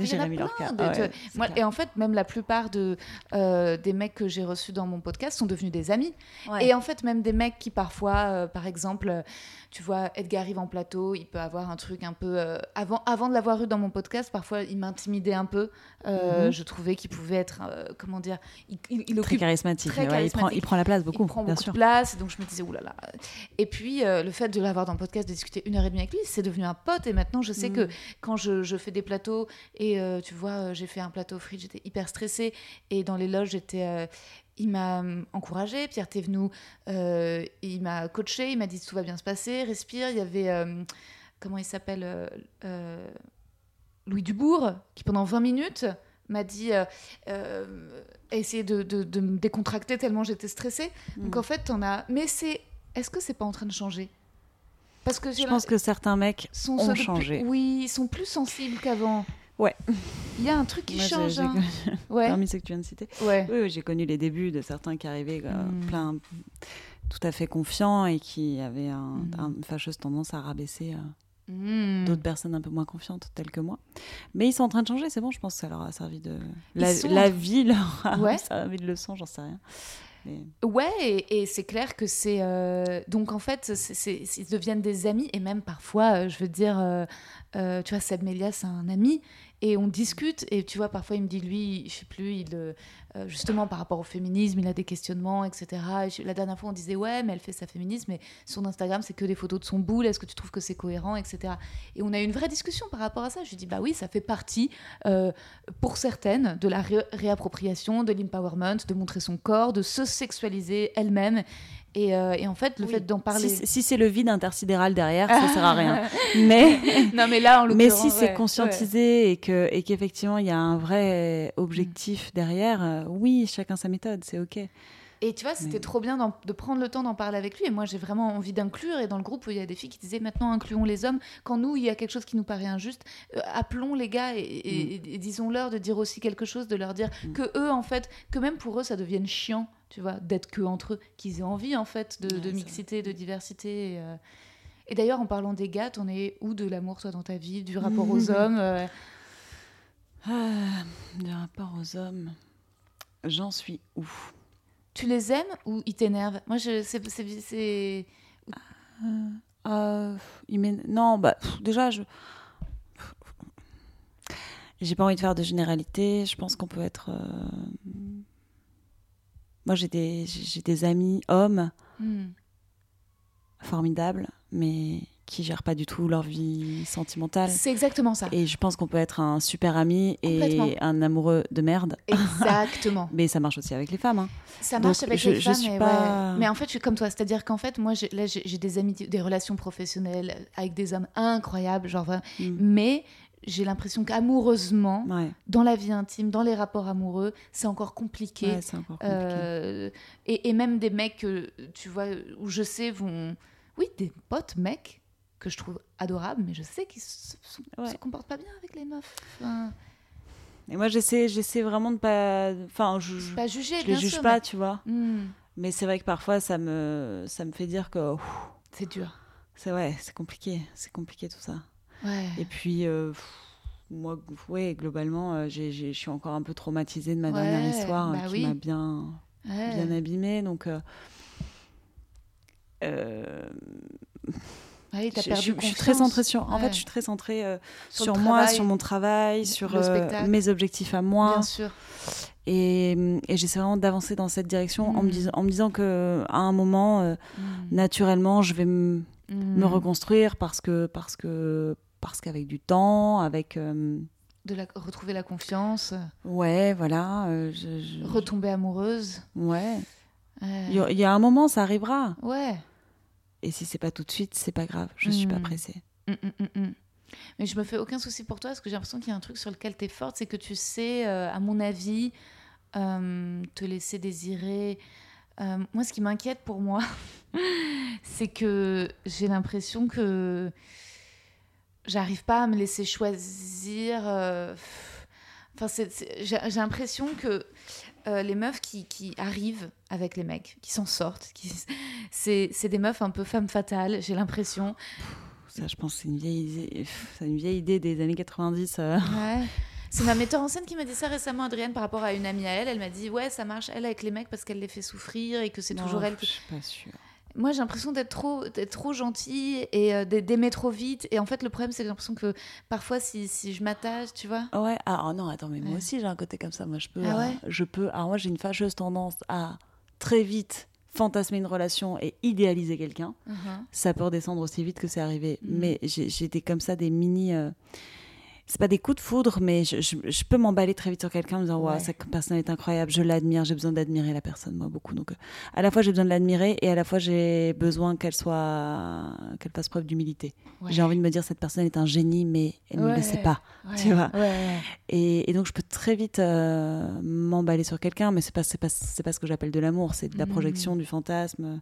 et en fait même la plupart des mecs que j'ai reçus dans mon podcast sont devenus des amis, et en fait même des mecs qui parfois par exemple, tu vois, Edgar arrive en plateau, il peut avoir un truc un peu avant de l'avoir eu dans mon podcast, parfois il m'intimidait un peu. Je trouvais qu'il pouvait être comment dire, il très charismatique. Il prend la place beaucoup. Il prend beaucoup de place, donc je me disais oulala. Et puis le fait de l'avoir dans le podcast, de discuter 1h30 avec lui, c'est devenu un pote. Et maintenant je sais que quand je fais des plateaux et tu vois, j'ai fait un plateau free, j'étais hyper stressée et dans les loges il m'a encouragée, Pierre Thévenoud, il m'a coachée, il m'a dit tout va bien se passer, respire. Il y avait comment il s'appelle, Louis Dubourg, qui pendant 20 minutes m'a dit essayer de me décontracter tellement j'étais stressée. Donc en fait mais est-ce que c'est pas en train de changer? Parce que je pense que certains mecs ont changé. Oui, ils sont plus sensibles qu'avant. Ouais. Il y a un truc qui change. Parmi ceux que tu viens de citer. Oui, j'ai connu les débuts de certains qui arrivaient plein, tout à fait confiants et qui avaient une fâcheuse tendance à rabaisser d'autres personnes un peu moins confiantes, telles que moi. Mais ils sont en train de changer, c'est bon, je pense que ça leur a servi de... La vie leur a servi de leçon, j'en sais rien. Mais... Ouais, et c'est clair que c'est... Donc en fait, ils deviennent des amis, et même parfois, je veux dire, tu vois, Seb Melia, c'est un ami, et on discute, et tu vois, parfois il me dit, lui, je sais plus, justement par rapport au féminisme, il a des questionnements, etc. Et la dernière fois, on disait, ouais, mais elle fait sa féminisme, mais son Instagram, c'est que des photos de son boule, est-ce que tu trouves que c'est cohérent, etc. Et on a eu une vraie discussion par rapport à ça. Je lui dis, bah oui, ça fait partie, pour certaines, de la réappropriation, de l'empowerment, de montrer son corps, de se sexualiser elle-même. Et en fait, le fait d'en parler... Si c'est le vide intersidéral derrière, ça sert à rien. Mais, non, mais là, en l'occurrence... Mais si c'est conscientisé et qu'effectivement, il y a un vrai objectif derrière, oui, chacun sa méthode, c'est OK. Et tu vois, c'était trop bien de prendre le temps d'en parler avec lui. Et moi, j'ai vraiment envie d'inclure. Et dans le groupe, il y a des filles qui disaient, maintenant, incluons les hommes. Quand nous, il y a quelque chose qui nous paraît injuste, appelons les gars et disons-leur de dire aussi quelque chose, de leur dire que eux, en fait, que même pour eux, ça devienne chiant, tu vois, d'être que entre eux, qu'ils aient envie, en fait, de mixité, de diversité. Et d'ailleurs, en parlant des gars, t'en es où de l'amour, toi, dans ta vie, du rapport aux hommes Du rapport aux hommes, j'en suis où? Tu les aimes ou ils t'énervent? Moi, non, déjà, j'ai pas envie de faire de généralité. Je pense qu'on peut être... Moi, j'ai des amis hommes formidables, mais qui gèrent pas du tout leur vie sentimentale. C'est exactement ça. Et je pense qu'on peut être un super ami et un amoureux de merde. Exactement. Mais ça marche aussi avec les femmes. Hein. Ça marche avec les femmes, mais en fait, je suis comme toi. C'est-à-dire qu'en fait, moi, j'ai des amis, des relations professionnelles avec des hommes incroyables, genre, mais j'ai l'impression qu'amoureusement, dans la vie intime, dans les rapports amoureux, c'est encore compliqué. Ouais, c'est encore compliqué. Et même des mecs, tu vois, où je sais, vont... Oui, des potes mecs que je trouve adorables, mais je sais qu'ils se comportent pas bien avec les meufs. Enfin... Et moi, j'essaie vraiment de pas... Enfin, pas juger, je les juge sûr, pas, mais... tu vois. Mais c'est vrai que parfois, ça me fait dire que... c'est dur. C'est compliqué. C'est compliqué, tout ça. Ouais. Et puis, moi, globalement, je suis encore un peu traumatisée de ma dernière histoire qui m'a bien abîmée. Donc... Oui, t'as perdu confiance. Je suis très centrée sur... En fait, je suis très centrée sur moi, sur mon travail, sur mes objectifs à moi. Bien sûr. Et j'essaie vraiment d'avancer dans cette direction en me disant qu'à un moment, naturellement, je vais me reconstruire parce qu'avec du temps, avec... retrouver la confiance. Ouais, voilà. Retomber amoureuse. Ouais. Il y a un moment, ça arrivera. Ouais. Et si c'est pas tout de suite, c'est pas grave. Je suis pas pressée. Mais je me fais aucun souci pour toi parce que j'ai l'impression qu'il y a un truc sur lequel t'es forte, c'est que tu sais, à mon avis, te laisser désirer. Moi, ce qui m'inquiète pour moi, c'est que j'ai l'impression que j'arrive pas à me laisser choisir. Enfin, j'ai l'impression que les meufs qui arrivent avec les mecs, qui s'en sortent, c'est des meufs un peu femmes fatales, j'ai l'impression. Ça, je pense que c'est une vieille idée des années 90. Ouais. C'est ma metteur en scène qui m'a dit ça récemment, Adrienne, par rapport à une amie à elle. Elle m'a dit, ouais, ça marche, elle, avec les mecs, parce qu'elle les fait souffrir et que c'est toujours elle. Je suis pas sûre. Moi, j'ai l'impression d'être trop gentille et d'aimer trop vite. Et en fait, le problème, c'est que j'ai l'impression que parfois, si je m'attache, tu vois. Ouais. Ah non, attends, mais moi aussi, j'ai un côté comme ça. Moi, Alors moi, j'ai une fâcheuse tendance à très vite fantasmer une relation et idéaliser quelqu'un. Ça peut redescendre aussi vite que c'est arrivé. Mais j'ai comme ça des mini... C'est pas des coups de foudre, mais je peux m'emballer très vite sur quelqu'un en me disant cette personne est incroyable, je l'admire, j'ai besoin d'admirer la personne, moi, beaucoup. Donc, à la fois, j'ai besoin de l'admirer et à la fois, j'ai besoin qu'elle fasse preuve d'humilité. Ouais. J'ai envie de me dire, cette personne est un génie, mais elle ne le sait pas, tu vois. Ouais. Et donc, je peux très vite m'emballer sur quelqu'un, mais c'est pas ce que j'appelle de l'amour, c'est de la projection, du fantasme.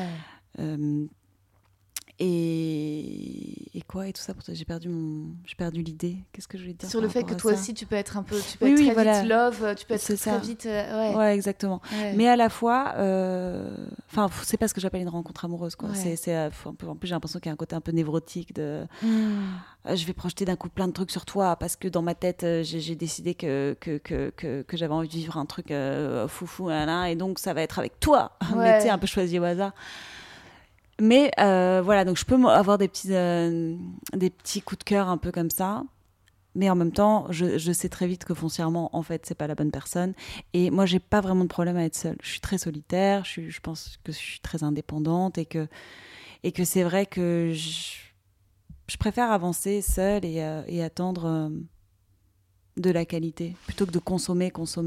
Et quoi et tout ça, j'ai perdu l'idée. Qu'est-ce que je voulais dire sur le fait que toi aussi tu peux être très vite love, tu peux être très vite ouais, exactement. Mais à la fois c'est pas ce que j'appelle une rencontre amoureuse, quoi. C'est un peu, en plus j'ai l'impression qu'il y a un côté un peu névrotique de je vais projeter d'un coup plein de trucs sur toi parce que dans ma tête j'ai décidé que j'avais envie de vivre un truc foufou et donc ça va être avec toi. Mais tu sais, un peu choisi au hasard. Mais voilà, donc je peux avoir des petits coups de cœur un peu comme ça, mais en même temps, je sais très vite que foncièrement, en fait, c'est pas la bonne personne. Et moi, j'ai pas vraiment de problème à être seule. Je suis très solitaire, je pense que je suis très indépendante et que c'est vrai que je préfère avancer seule et attendre de la qualité plutôt que de consommer.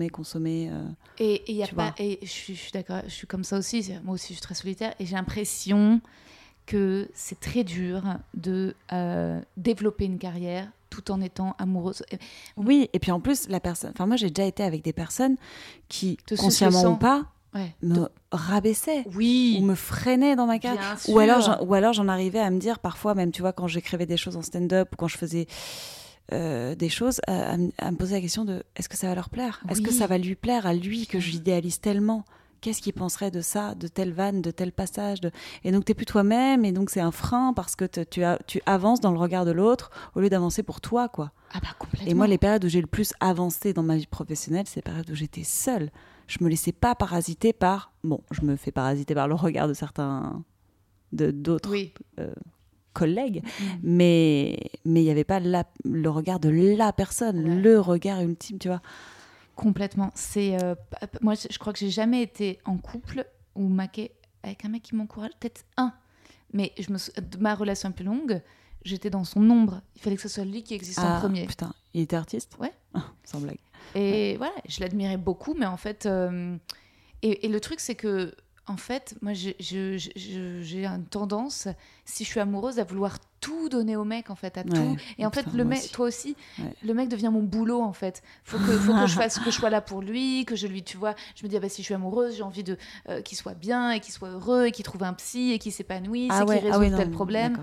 Et il y a pas, et je suis d'accord, je suis comme ça aussi. Moi aussi, je suis très solitaire et j'ai l'impression que c'est très dur de développer une carrière tout en étant amoureuse. Oui, et puis en plus, moi j'ai déjà été avec des personnes qui, consciemment ou pas, me rabaissaient ou me freinaient dans ma carrière. Ou alors j'en arrivais à me dire parfois, même tu vois, quand j'écrivais des choses en stand-up ou quand je faisais des choses, à me poser la question de est-ce que ça va leur plaire ? Est-ce que ça va lui plaire à lui que j'idéalise tellement ? Qu'est-ce qu'il penserait de ça, de telle vanne, de tel passage Et donc, tu n'es plus toi-même, et donc c'est un frein parce que tu avances dans le regard de l'autre au lieu d'avancer pour toi, quoi. Ah bah, complètement. Et moi, les périodes où j'ai le plus avancé dans ma vie professionnelle, c'est les périodes où j'étais seule. Je me laissais pas parasiter par... Bon, je me fais parasiter par le regard de d'autres collègues, mais il n'y avait pas le regard de la personne, le regard ultime, tu vois. Complètement. Moi, je crois que j'ai jamais été en couple ou maquée avec un mec qui m'encourage. Peut-être un. Mais de ma relation un peu longue, j'étais dans son ombre. Il fallait que ce soit lui qui existe en premier. Putain, il était artiste ? Ouais. Sans blague. Et voilà, je l'admirais beaucoup, mais en fait... Et le truc, c'est que en fait, moi, j'ai une tendance, si je suis amoureuse, à vouloir tout donner au mec, en fait, à tout. Et en fait, le mec, toi aussi, le mec devient mon boulot, en fait. Faut que je sois là pour lui, que je lui, tu vois. Je me dis, si je suis amoureuse, j'ai envie qu'il soit bien et qu'il soit heureux et qu'il trouve un psy et qu'il s'épanouisse et qu'il résolve tel problème.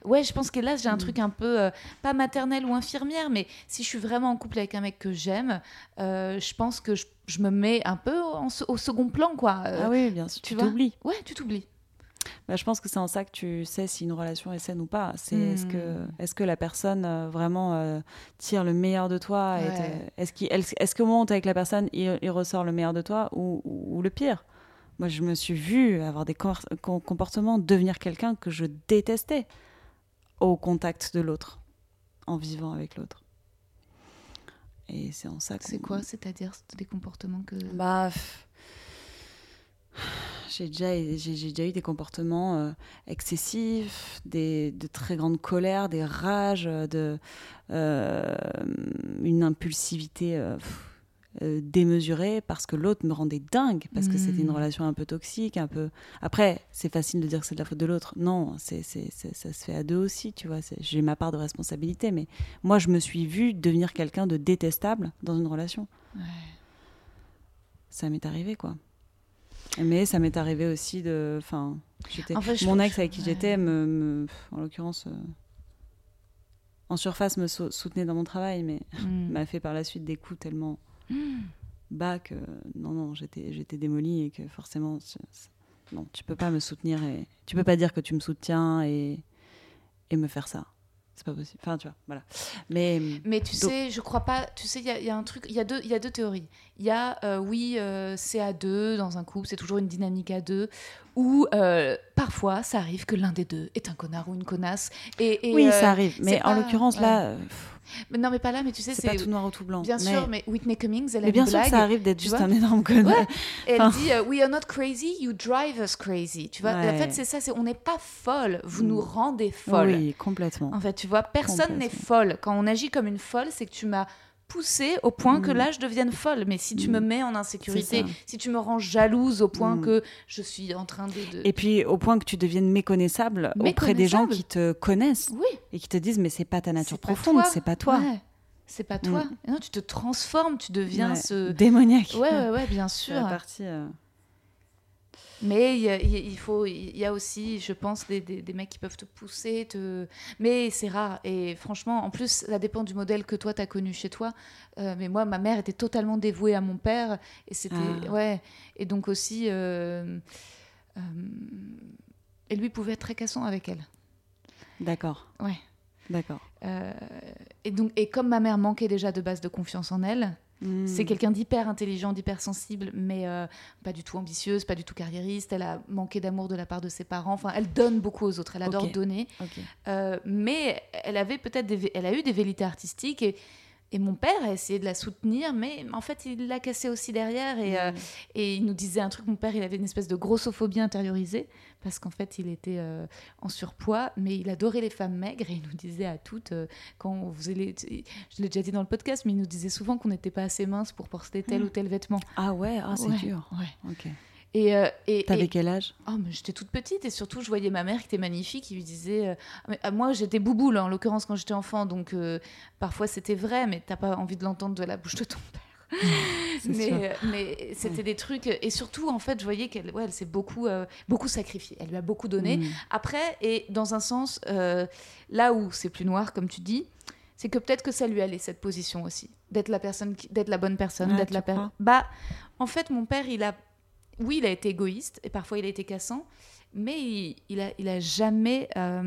Ouais, je pense que là, j'ai un truc un peu, pas maternel ou infirmière, mais si je suis vraiment en couple avec un mec que j'aime, je pense que je me mets un peu au second plan, quoi. Ah oui, bien sûr, tu t'oublies. Ouais, tu t'oublies. Bah, je pense que c'est en ça que tu sais si une relation est saine ou pas. C'est est-ce que la personne vraiment tire le meilleur de toi est-ce qu'au moment où tu es avec la personne, il ressort le meilleur de toi ou le pire? Moi, je me suis vue avoir des comportements, devenir quelqu'un que je détestais au contact de l'autre, en vivant avec l'autre. Et c'est en ça que... C'est quoi, c'est-à-dire des comportements que... J'ai déjà eu des comportements excessifs, de très grande colère, des rages, une impulsivité démesurée parce que l'autre me rendait dingue, parce que c'était une relation un peu toxique, un peu... Après, c'est facile de dire que c'est de la faute de l'autre. Non, ça se fait à deux aussi, tu vois. J'ai ma part de responsabilité, mais moi, je me suis vue devenir quelqu'un de détestable dans une relation. Ouais. Ça m'est arrivé, quoi. Mais ça m'est arrivé aussi de... Enfin, mon ex avec qui j'étais, en l'occurrence, en surface, me soutenait dans mon travail, mais m'a fait par la suite des coups tellement bas que non, j'étais démolie et que forcément, non, tu peux pas me soutenir et tu peux pas dire que tu me soutiens et me faire ça. C'est pas possible. Enfin, tu vois, voilà. Mais tu sais, je crois pas... Tu sais, il y a un truc... Il y a deux théories. Il y a, c'est à deux dans un couple, c'est toujours une dynamique à deux, où parfois, ça arrive que l'un des deux est un connard ou une connasse. Oui, ça arrive. Mais en l'occurrence, là... Mais non, mais pas là, mais tu sais, c'est pas tout noir ou tout blanc. Bien sûr, mais Whitney Cummings, elle a mais bien une sûr blague, que ça arrive d'être juste un énorme connard. Ouais. Et elle dit We are not crazy, you drive us crazy. Tu vois, en fait, c'est ça, on n'est pas folle, vous nous rendez folle. Oui, complètement. En fait, tu vois, personne n'est folle. Quand on agit comme une folle, c'est que tu m'as poussée au point que là, je devienne folle. Mais si tu me mets en insécurité, si tu me rends jalouse au point que je suis en train de... Et puis, au point que tu deviennes méconnaissable auprès des gens qui te connaissent et qui te disent mais c'est pas ta nature profonde, c'est pas toi. Ouais. C'est pas toi. Non, tu te transformes, tu deviens démoniaque. Ouais, bien sûr. C'est la partie... Mais il y a aussi, je pense, des mecs qui peuvent te pousser, mais c'est rare. Et franchement, en plus, ça dépend du modèle que toi, t'as connu chez toi. Mais moi, ma mère était totalement dévouée à mon père. Et c'était... Ouais. Et donc aussi... et lui pouvait être très cassant avec elle. D'accord. Ouais. D'accord. Et comme ma mère manquait déjà de base de confiance en elle... C'est quelqu'un d'hyper intelligent, d'hyper sensible, mais pas du tout ambitieuse, pas du tout carriériste. Elle a manqué d'amour de la part de ses parents. Enfin, elle donne beaucoup aux autres. Elle adore donner. Mais elle avait elle a eu des velléités artistiques et mon père a essayé de la soutenir, mais en fait, il l'a cassée aussi derrière. Et il nous disait un truc, mon père, il avait une espèce de grossophobie intériorisée, parce qu'en fait, il était en surpoids, mais il adorait les femmes maigres, et il nous disait à toutes, quand on faisait je l'ai déjà dit dans le podcast, mais il nous disait souvent qu'on n'était pas assez mince pour porter tel ou tel vêtement. Ah ouais, c'est dur. Ouais. Ok. T'avais quel âge ? Mais j'étais toute petite et surtout je voyais ma mère qui était magnifique, qui lui disait moi j'étais bouboule en l'occurrence quand j'étais enfant, donc parfois c'était vrai, mais t'as pas envie de l'entendre de la bouche de ton père. Mais c'était des trucs, et surtout en fait je voyais qu'elle s'est beaucoup sacrifiée, elle lui a beaucoup donné. Après, et dans un sens là où c'est plus noir comme tu dis, c'est que peut-être que ça lui allait cette position aussi, d'être la bonne personne, d'être en fait mon père il a été égoïste et parfois il a été cassant, mais il a jamais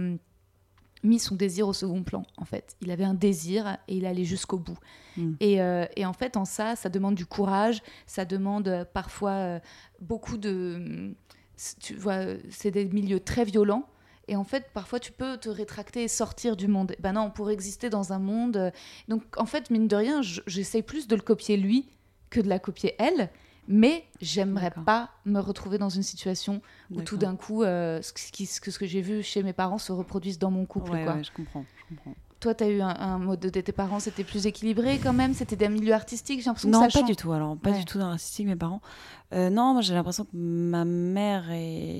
mis son désir au second plan, en fait. Il avait un désir et il allait jusqu'au bout. Et en fait, en ça demande du courage, ça demande parfois beaucoup de... Tu vois, c'est des milieux très violents. Et en fait, parfois, tu peux te rétracter et sortir du monde. Ben non, pour exister dans un monde... Donc, en fait, mine de rien, j'essaye plus de le copier lui que de la copier elle. Mais j'aimerais pas me retrouver dans une situation où tout d'un coup, ce que j'ai vu chez mes parents se reproduise dans mon couple. Ouais, je comprends. Toi, tu as eu un mode de tes parents, c'était plus équilibré quand même? C'était des milieux artistiques? J'ai l'impression non, que ça pas du tout. Alors, pas du tout dans l'artistique, mes parents. Non, moi, j'ai l'impression que ma mère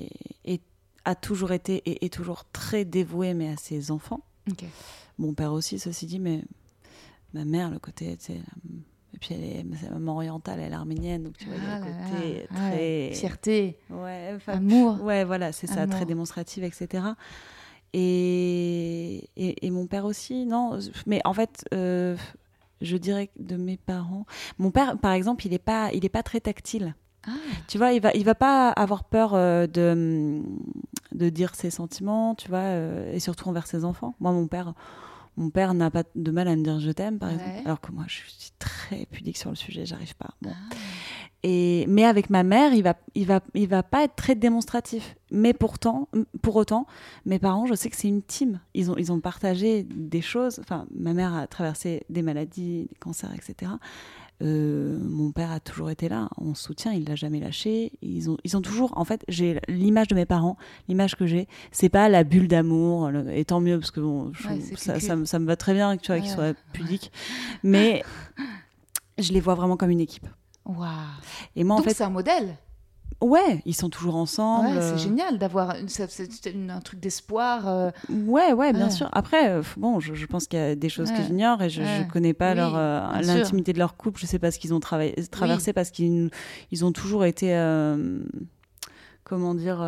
a toujours été et est toujours très dévouée, mais à ses enfants. Okay. Mon père aussi, ceci dit, mais ma mère, le côté... Et puis c'est maman orientale, elle est arménienne, donc tu vois, il y a le côté très... Fierté, ouais, amour. Ouais, voilà, c'est ça, amour. très démonstrative, etc. Et mon père aussi, non. Mais en fait, je dirais que de mes parents. Mon père, par exemple, il est pas très tactile. Ah. Tu vois, il va pas avoir peur de dire ses sentiments, tu vois, et surtout envers ses enfants. Moi, mon père n'a pas de mal à me dire je t'aime, par exemple, alors que moi, je suis très pudique sur le sujet, j'arrive pas. Bon. Mais avec ma mère, il va pas être très démonstratif. Mais pour autant, mes parents, je sais que c'est une team. Ils ont partagé des choses. Enfin, ma mère a traversé des maladies, des cancers, etc. Mon père a toujours été là, on se soutient, il l'a jamais lâché. Ils ont toujours, en fait, j'ai l'image de mes parents, l'image que j'ai, c'est pas la bulle d'amour, et tant mieux parce que bon, ça me va très bien, tu vois, qu'ils soient pudiques, mais je les vois vraiment comme une équipe. Waouh. Et moi, donc en fait, c'est un modèle. Ouais, ils sont toujours ensemble. Ouais, c'est génial d'avoir un truc d'espoir. Ouais, bien sûr. Après, bon, je pense qu'il y a des choses que j'ignore et je connais pas l'intimité de leur couple. Je sais pas ce qu'ils ont traversé parce qu'ils ont toujours été, comment dire,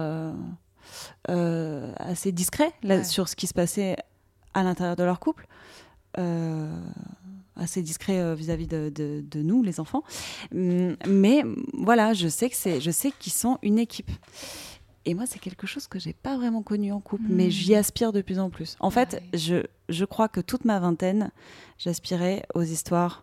assez discrets sur ce qui se passait à l'intérieur de leur couple. Assez discret vis-à-vis de nous, les enfants. Mais voilà, je sais qu'ils sont une équipe. Et moi, c'est quelque chose que j'ai pas vraiment connu en couple, mais j'y aspire de plus en plus. En fait, je crois que toute ma vingtaine, j'aspirais aux histoires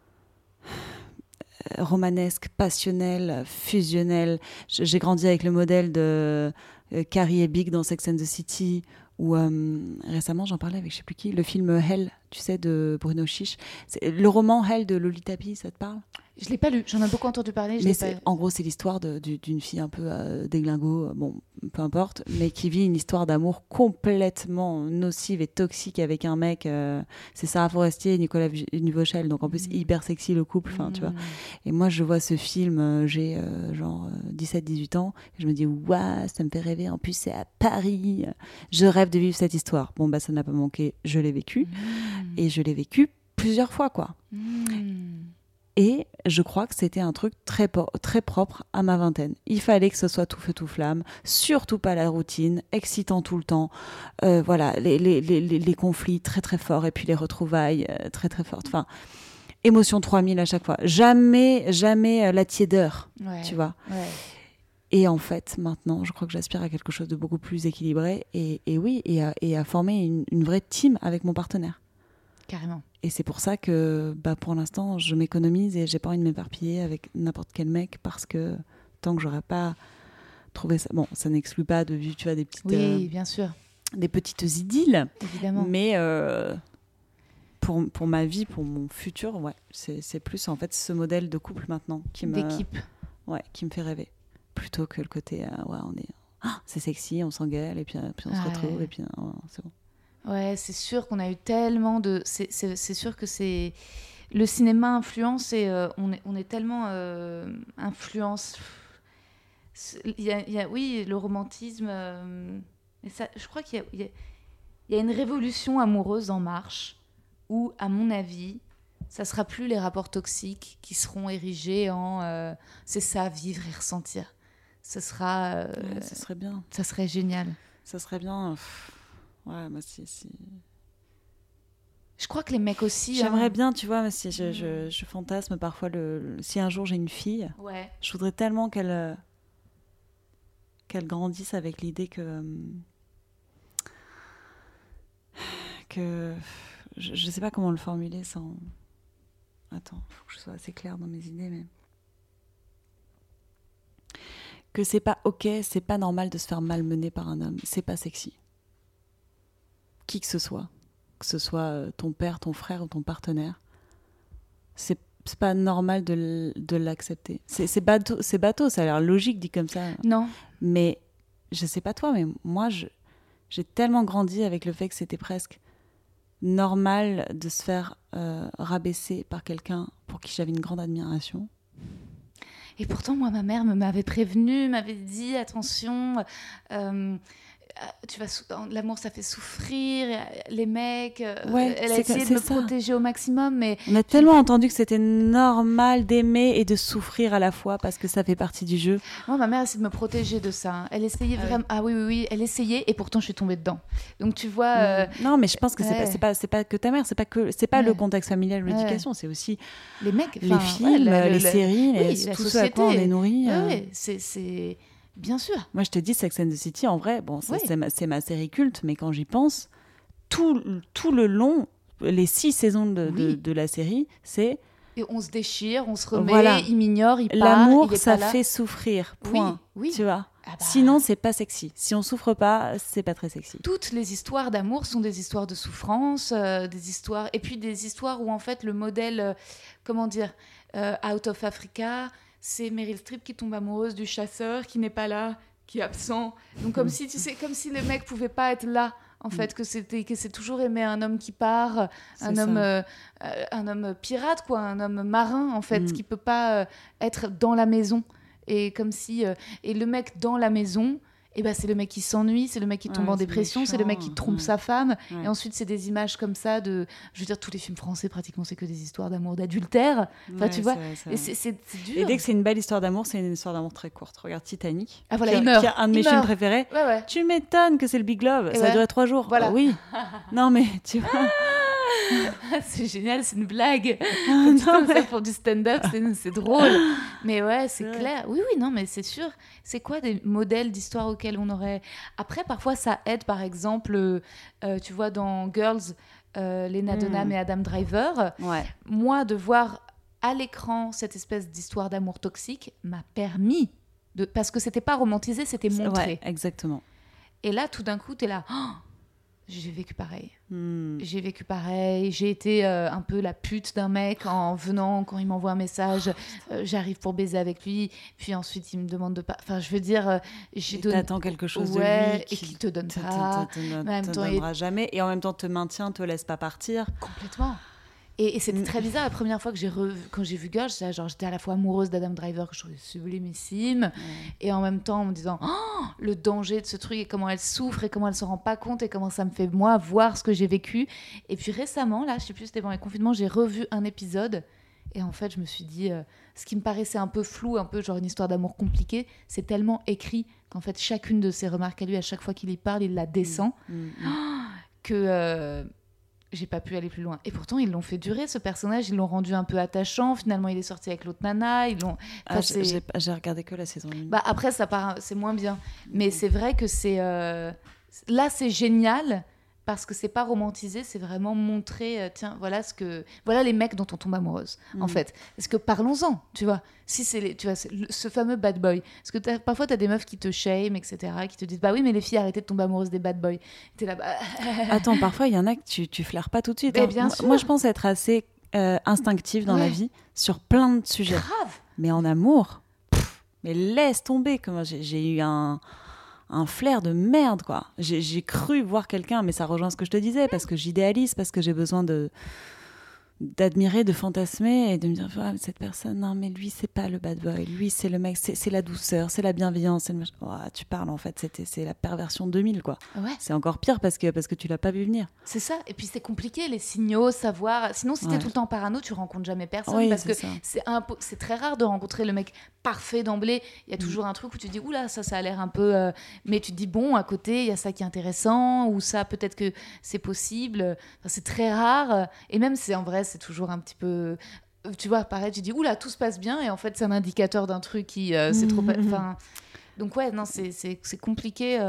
romanesques, passionnelles, fusionnelles. J'ai grandi avec le modèle de Carrie et Big dans Sex and the City, ou récemment, j'en parlais avec je sais plus qui, le film Hell, tu sais, de Bruno Chiche. C'est le roman Hell de Lolita Py, ça te parle ? Je l'ai pas lu, j'en ai beaucoup entendu parler. En gros, c'est l'histoire d'une fille un peu déglingo, bon, peu importe, mais qui vit une histoire d'amour complètement nocive et toxique avec un mec. C'est Sarah Forestier et Nicolas Vauchel, donc en plus hyper sexy le couple, tu vois. Et moi, je vois ce film, j'ai genre 17-18 ans, et je me dis, waouh, ça me fait rêver. En plus, c'est à Paris. Je rêve de vivre cette histoire. Bon, bah, ça n'a pas manqué, je l'ai vécu. Et je l'ai vécu plusieurs fois, quoi. Et je crois que c'était un truc très propre à ma vingtaine. Il fallait que ce soit tout feu, tout flamme, surtout pas la routine, excitant tout le temps. Voilà, les conflits très très forts et puis les retrouvailles très très fortes. Enfin, émotion 3000 à chaque fois. Jamais la tiédeur, tu vois. Ouais. Et en fait, maintenant, je crois que j'aspire à quelque chose de beaucoup plus équilibré et à former une vraie team avec mon partenaire. Carrément. Et c'est pour ça que, pour l'instant, je m'économise et j'ai pas envie de m'éparpiller avec n'importe quel mec parce que tant que j'aurais pas trouvé ça... Bon, ça n'exclut pas de vivre, tu vois, des petites... Oui, bien sûr. Des petites idylles. Évidemment. Mais pour ma vie, pour mon futur, ouais, c'est plus en fait ce modèle de couple maintenant d'équipe. Ouais, qui me fait rêver. Plutôt que le côté, c'est sexy, on s'engueule et puis on se retrouve et puis c'est bon. Ouais, c'est sûr qu'on a eu tellement de... C'est sûr que c'est... Le cinéma influence et on est tellement influence... Il y a, oui, le romantisme... et ça, je crois qu'il y a une révolution amoureuse en marche où, à mon avis, ça ne sera plus les rapports toxiques qui seront érigés en... c'est ça, vivre et ressentir. Ce sera... ça serait bien. Ça serait génial. Ça serait bien... Ouais, moi, si... Je crois que les mecs aussi... J'aimerais bien, tu vois, mais si je fantasme parfois si un jour j'ai une fille, je voudrais tellement qu'elle grandisse avec l'idée que je sais pas comment le formuler sans... Attends, faut que je sois assez claire dans mes idées, mais... Que c'est pas ok, c'est pas normal de se faire malmener par un homme, c'est pas sexy. Qui que ce soit ton père, ton frère ou ton partenaire, c'est pas normal de l'accepter. C'est bateau, ça a l'air logique dit comme ça. Non. Mais je sais pas toi, mais moi j'ai tellement grandi avec le fait que c'était presque normal de se faire rabaisser par quelqu'un pour qui j'avais une grande admiration. Et pourtant, moi, ma mère m'avait prévenue, m'avait dit attention. l'amour ça fait souffrir, les mecs, Ouais, elle a c'est essayé que- de me c'est ça. protéger au maximum, mais On a tellement entendu que c'était normal d'aimer et de souffrir à la fois parce que ça fait partie du jeu. moi ma mère essayait de me protéger de ça, hein. Elle essayait vraiment, oui, elle essayait et pourtant je suis tombée dedans. Donc tu vois, Non, mais je pense que ouais. c'est pas que ta mère, c'est pas Ouais. le contexte familial ou l'éducation, c'est aussi les mecs, les films, les séries, la tout ce à quoi on est nourri. Ouais, c'est bien sûr. Moi, je te dis, Sex and the City, en vrai, bon, Ouais. c'est ma série culte, mais quand j'y pense, tout le long, les 6 saisons de la série, c'est Et on se déchire, on se remet, Voilà. il m'ignore, il part, l'amour, il est ça pas là. fait souffrir, point. Oui. Tu vois. Ah bah. Sinon, c'est pas sexy. Si on souffre pas, c'est pas très sexy. Toutes les histoires d'amour sont des histoires de souffrance, des histoires, et puis des histoires où en fait le modèle, comment dire, Out of Africa, c'est Meryl Streep qui tombe amoureuse du chasseur qui n'est pas là, qui est absent. Donc comme si tu sais, comme si le mec pouvait pas être là. En fait, que c'est toujours aimé un homme qui part, un homme pirate, quoi, un homme marin, en fait, qui peut pas être dans la maison. Et comme si et le mec dans la maison, et ben c'est le mec qui s'ennuie, c'est le mec qui tombe en c'est dépression, c'est le mec qui trompe méchant. sa femme. Ouais. Et ensuite, c'est des images comme ça de, je veux dire, tous les films français pratiquement, c'est que des histoires d'amour, d'adultère. Enfin, Ouais, tu vois, c'est- et c'est dur. Et dès que c'est une belle histoire d'amour, c'est une histoire d'amour très courte. Regarde Titanic. Ah, voilà, qui, il meurt. qui est un de mes Il films meurt. préférés. Ouais. Tu m'étonnes que c'est le Big Love. Et Ça a ouais. duré 3 jours. Voilà. Oui. Non, mais tu vois. C'est génial, c'est une blague. Non, Comme ça mais- pour du stand-up, c'est drôle. Mais ouais, c'est Ouais. clair. Oui, non, mais c'est sûr. C'est quoi des modèles d'histoire auxquels on aurait... Après, parfois, ça aide, par exemple, tu vois, dans Girls, Lena Dunham et Adam Driver, Ouais. moi, de voir à l'écran cette espèce d'histoire d'amour toxique m'a permis de... Parce que c'était pas romantisé, c'était montré. Ouais, exactement. Et là, tout d'un coup, t'es là... Oh, j'ai vécu pareil. Hmm. J'ai vécu pareil, j'ai été un peu la pute d'un mec en venant, quand il m'envoie un message, j'arrive pour baiser avec lui, puis ensuite il me demande de pas... Enfin, je veux dire, j'ai Et donné... t'attends quelque chose de Ouais, lui et qu'il te donne pas. Mais en même te temps, donnera jamais. Et en même temps, te maintient, te laisse pas partir. Complètement. Et c'était très bizarre la première fois que quand j'ai vu Girls, j'étais à la fois amoureuse d'Adam Driver, que je trouvais sublimissime, et en même temps en me disant oh, le danger de ce truc et comment elle souffre et comment elle se rend pas compte et comment ça me fait moi voir ce que j'ai vécu. Et puis récemment, là, je sais plus, c'était pendant les confinements, j'ai revu un épisode et en fait je me suis dit ce qui me paraissait un peu flou, un peu genre une histoire d'amour compliquée, c'est tellement écrit qu'en fait chacune de ses remarques à lui, à chaque fois qu'il y parle, il la descend que j'ai pas pu aller plus loin. Et pourtant, ils l'ont fait durer, ce personnage. Ils l'ont rendu un peu attachant. Finalement, il est sorti avec l'autre nana. Ils l'ont... Ah, Enfin, j'ai regardé que la saison 1. Bah, après, ça part... c'est moins bien. Mais c'est vrai que c'est... Là, c'est génial parce que c'est pas romantisé. C'est vraiment montrer... tiens, voilà les mecs dont on tombe amoureuse, en fait. Parce que parlons-en, tu vois. Si c'est tu vois, ce fameux bad boy. Parce que parfois, t'as des meufs qui te shame, etc., qui te disent, bah oui, mais les filles, arrêtez de tomber amoureuses des bad boys. T'es là, bah... Attends, parfois, il y en a que tu flaires pas tout de suite. Mais hein. bien sûr. Moi, je pense être assez instinctive dans la Ouais. vie sur plein de sujets. Grave. Mais en amour, mais laisse tomber. Comment j'ai eu un flair de merde, quoi. J'ai cru voir quelqu'un, mais ça rejoint ce que je te disais, parce que j'idéalise, parce que j'ai besoin d'admirer, de fantasmer et de me dire ah, mais cette personne, non mais lui c'est pas le bad boy, lui c'est le mec, c'est la douceur, c'est la bienveillance, c'est le tu parles en fait, c'est la perversion 2000 quoi. Ouais. C'est encore pire parce que tu l'as pas vu venir. C'est ça. Et puis c'est compliqué, les signaux, savoir. Sinon, si t'es Ouais. tout le temps parano, tu rencontres jamais personne. Oui, parce c'est que ça. c'est très rare de rencontrer le mec parfait d'emblée. Il y a toujours un truc où tu te dis, oula, ça a l'air un peu... Mais tu te dis, bon, à côté, il y a ça qui est intéressant, ou ça, peut-être que c'est possible. Enfin, c'est très rare. Et même, en vrai, c'est toujours un petit peu... Tu vois, pareil, tu dis, oula, tout se passe bien, et en fait, c'est un indicateur d'un truc qui... c'est trop... Enfin... Donc ouais, non, c'est compliqué...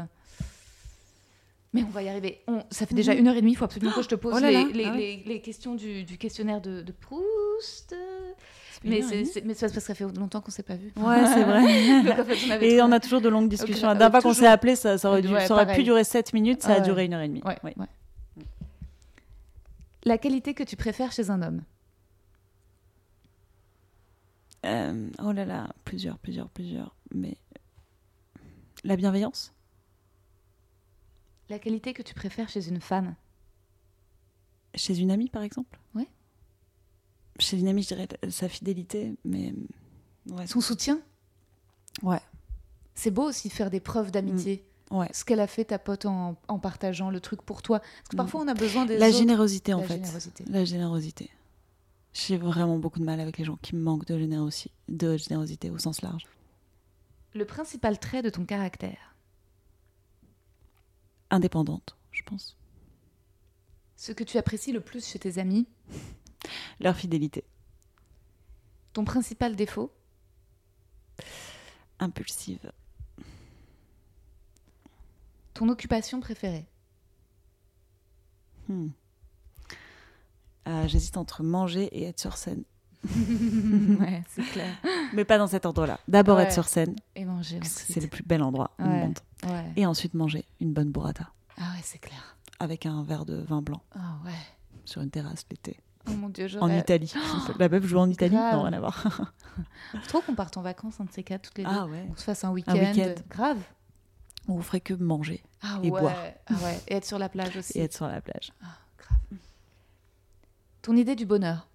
Mais on va y arriver. Ça fait déjà 1h30, il faut absolument que je te pose Oh là là. les questions du questionnaire de Proust. Mais c'est parce que ça fait longtemps qu'on ne s'est pas vu. Ouais, c'est vrai. Donc, en fait, Et on a toujours de longues discussions. La Ok, dernière fois qu'on toujours. s'est appelé, ça aurait Ouais, ça aurait pu pareil. durer 7 minutes, ça a Ouais. duré 1h30. Ouais, Ouais. ouais. La qualité que tu préfères chez un homme? Oh là là, plusieurs. Mais la bienveillance. La qualité que tu préfères chez une femme? Chez une amie, par exemple. Ouais. Chez une amie, je dirais sa fidélité, mais ouais. Son soutien? Ouais. C'est beau aussi de faire des preuves d'amitié. ce qu'elle a fait ta pote en partageant le truc pour toi. Parce que parfois on a besoin des La autres. générosité en fait. Générosité. La générosité. J'ai vraiment beaucoup de mal avec les gens qui me manquent de générosité au sens large. Le principal trait de ton caractère. Indépendante, je pense. Ce que tu apprécies le plus chez tes amis. Leur fidélité. Ton principal défaut. Impulsive. Ton occupation préférée. J'hésite entre manger et être sur scène. Ouais, c'est clair. Mais pas dans cet ordre-là. D'abord être sur scène. Et manger Parce que ensuite. c'est le plus bel endroit au monde. Ouais. Et ensuite manger une bonne burrata. Ah ouais, c'est clair. Avec un verre de vin blanc. Ah ouais. Sur une terrasse l'été. Oh mon Dieu, En Italie. La meuf joue en Italie. Grave. Non, rien à voir. Trop qu'on parte en vacances, un de ces quatre, toutes les deux. Ah ouais. On se fasse un week-end. Grave. On ferait que manger Ah et ouais. boire. Ah ouais. Et être sur la plage aussi. Et être sur la plage. Ah, grave. Ton idée du bonheur.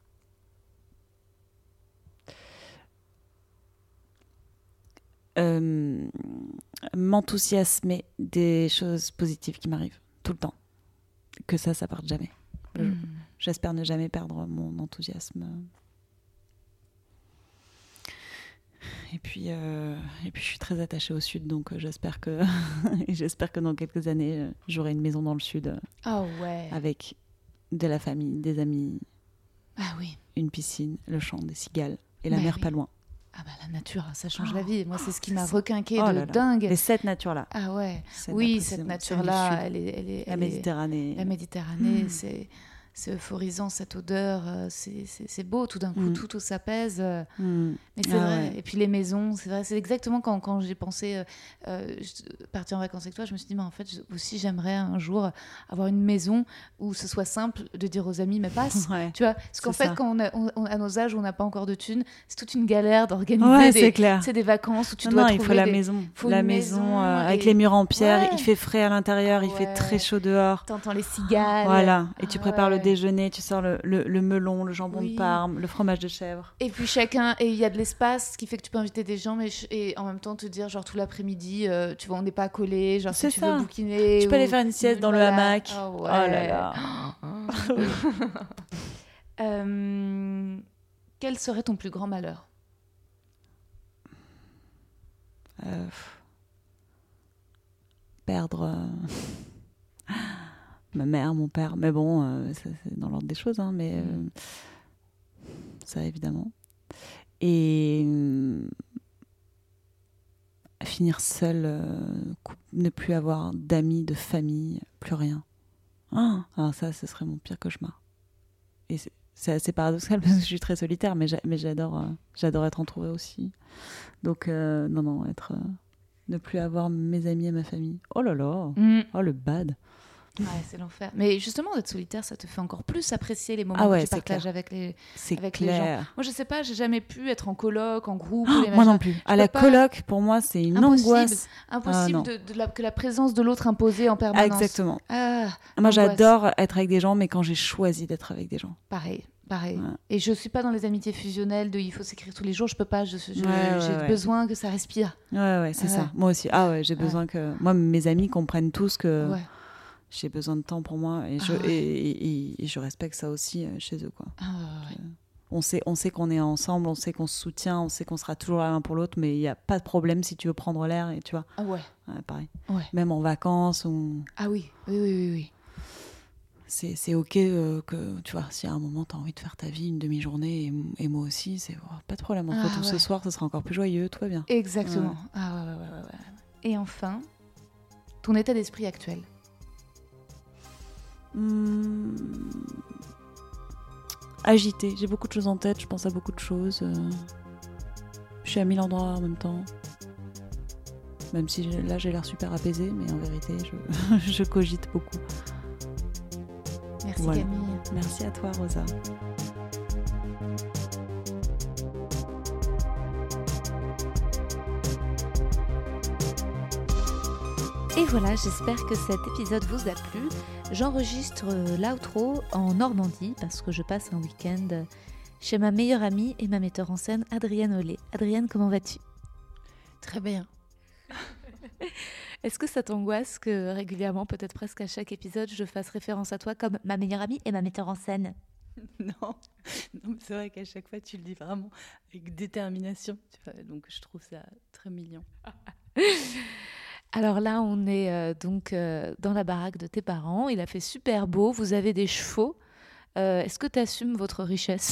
M'enthousiasmer des choses positives qui m'arrivent tout le temps. Que ça parte jamais. J'espère ne jamais perdre mon enthousiasme. Et puis je suis très attachée au sud, donc j'espère que dans quelques années j'aurai une maison dans le sud. Ah ouais. Avec de la famille, des amis. Ah oui. Une piscine, le chant des cigales et la Bah mer oui. pas loin. Ah bah la nature, ça change la vie. Moi, c'est ce qui m'a requinqué Oh de là là. dingue. Et cette nature-là. Ah ouais. Celle Oui, précisément, cette celle nature-là, du sud. elle est La Méditerranée. La Méditerranée, c'est euphorisant, cette odeur, c'est beau, tout d'un coup, tout s'apaise. Mais c'est vrai. Ouais. Et puis les maisons, c'est vrai, c'est exactement quand j'ai pensé partir en vacances avec toi, je me suis dit, mais en fait, aussi, j'aimerais un jour avoir une maison où ce soit simple de dire aux amis, mais passe. Ouais, tu vois, parce qu'en c'est fait, ça. quand à nos âges, où on n'a pas encore de thunes, c'est toute une galère d'organiser Ouais, c'est clair. des vacances où tu Non, dois non, trouver il faut la des- maison. faut La une maison avec et- les murs en pierre. Ouais. Il fait frais à l'intérieur, il fait Ouais. très chaud dehors. T'entends les cigales. Voilà. Et tu Ah prépares le ouais. déjeuner, tu sors le melon, le jambon Oui. de Parme, le fromage de chèvre. Et puis et il y a de l'espace, ce qui fait que tu peux inviter des gens, et en même temps te dire, genre tout l'après-midi, tu vois, on n'est pas collés, genre C'est si tu ça. veux bouquiner. Tu peux aller faire une sieste dans le balade. hamac. Ah ouais. Oh là là. Quel serait ton plus grand malheur? Perdre ma mère, mon père. Mais bon, ça, c'est dans l'ordre des choses, hein, mais ça évidemment. Et finir seule, ne plus avoir d'amis, de famille, plus rien. Alors ça, ce serait mon pire cauchemar. Et c'est assez paradoxal parce que je suis très solitaire, mais j'adore être entourée aussi. Donc non, ne plus avoir mes amis et ma famille. Oh là là, oh le bad. Ouais, c'est l'enfer. Mais justement, d'être solitaire, ça te fait encore plus apprécier les moments Ah ouais, que tu c'est partages clair. avec les Clair. gens. Moi, je sais pas, j'ai jamais pu être en coloc, en groupe. les Moi machins. non plus. Je À peux la pas. coloc, pour moi, c'est une Impossible. angoisse. Impossible non. que la présence de l'autre imposée en permanence. Exactement. Ah, Moi, angoisse. j'adore être avec des gens, mais quand j'ai choisi d'être avec des gens. Pareil. Ouais. Et je suis pas dans les amitiés fusionnelles de il faut s'écrire tous les jours, je peux pas, j'ai ouais. besoin que ça respire. Ouais, c'est Ouais. ça. Moi aussi. Ah ouais, j'ai besoin que... Moi, mes amis comprennent tous que Ouais. j'ai besoin de temps pour moi et je respecte ça aussi chez eux, quoi. Ah, ouais. On sait qu'on est ensemble, on sait qu'on se soutient, on sait qu'on sera toujours l'un pour l'autre, mais il n'y a pas de problème si tu veux prendre l'air, et tu vois. Ah ouais. Ouais, pareil. Ouais. Même en vacances, Ah oui. Oui. c'est ok que, tu vois, si à un moment tu as envie de faire ta vie une demi-journée, et moi aussi, c'est pas de problème. On se retrouve ce soir, ça sera encore plus joyeux, tout va bien. Exactement. Ouais. Ah ouais. Et enfin, ton état d'esprit actuel. Agité, j'ai beaucoup de choses en tête, je pense à beaucoup de choses. Je suis à 1000 endroits en même temps. Même si là j'ai l'air super apaisée, mais en vérité je cogite beaucoup. Merci Voilà. Camille. Merci à toi Rosa. Et voilà, j'espère que cet épisode vous a plu. J'enregistre l'outro en Normandie parce que je passe un week-end chez ma meilleure amie et ma metteur en scène, Adrienne Ollet. Adrienne, comment vas-tu ? Très bien. Est-ce que ça t'angoisse que régulièrement, peut-être presque à chaque épisode, je fasse référence à toi comme ma meilleure amie et ma metteur en scène? Non, mais c'est vrai qu'à chaque fois, tu le dis vraiment avec détermination. Tu vois, donc, je trouve ça très mignon. Alors là, on est dans la baraque de tes parents. Il a fait super beau. Vous avez des chevaux. Est-ce que tu assumes votre richesse?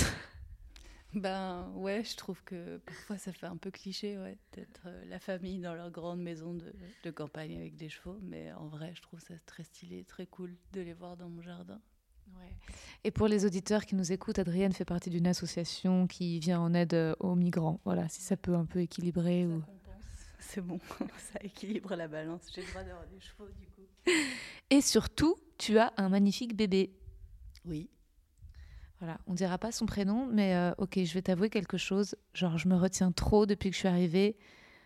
Ben ouais, je trouve que parfois ça fait un peu cliché d'être la famille dans leur grande maison de campagne avec des chevaux. Mais en vrai, je trouve ça très stylé, très cool de les voir dans mon jardin. Ouais. Et pour les auditeurs qui nous écoutent, Adrienne fait partie d'une association qui vient en aide aux migrants. Voilà, si ça peut un peu équilibrer. Ou... C'est bon, ça équilibre la balance. J'ai le droit d'avoir des chevaux du coup. Et surtout, tu as un magnifique bébé. Oui. Voilà, on dira pas son prénom, mais ok, je vais t'avouer quelque chose. Genre, je me retiens trop depuis que je suis arrivée.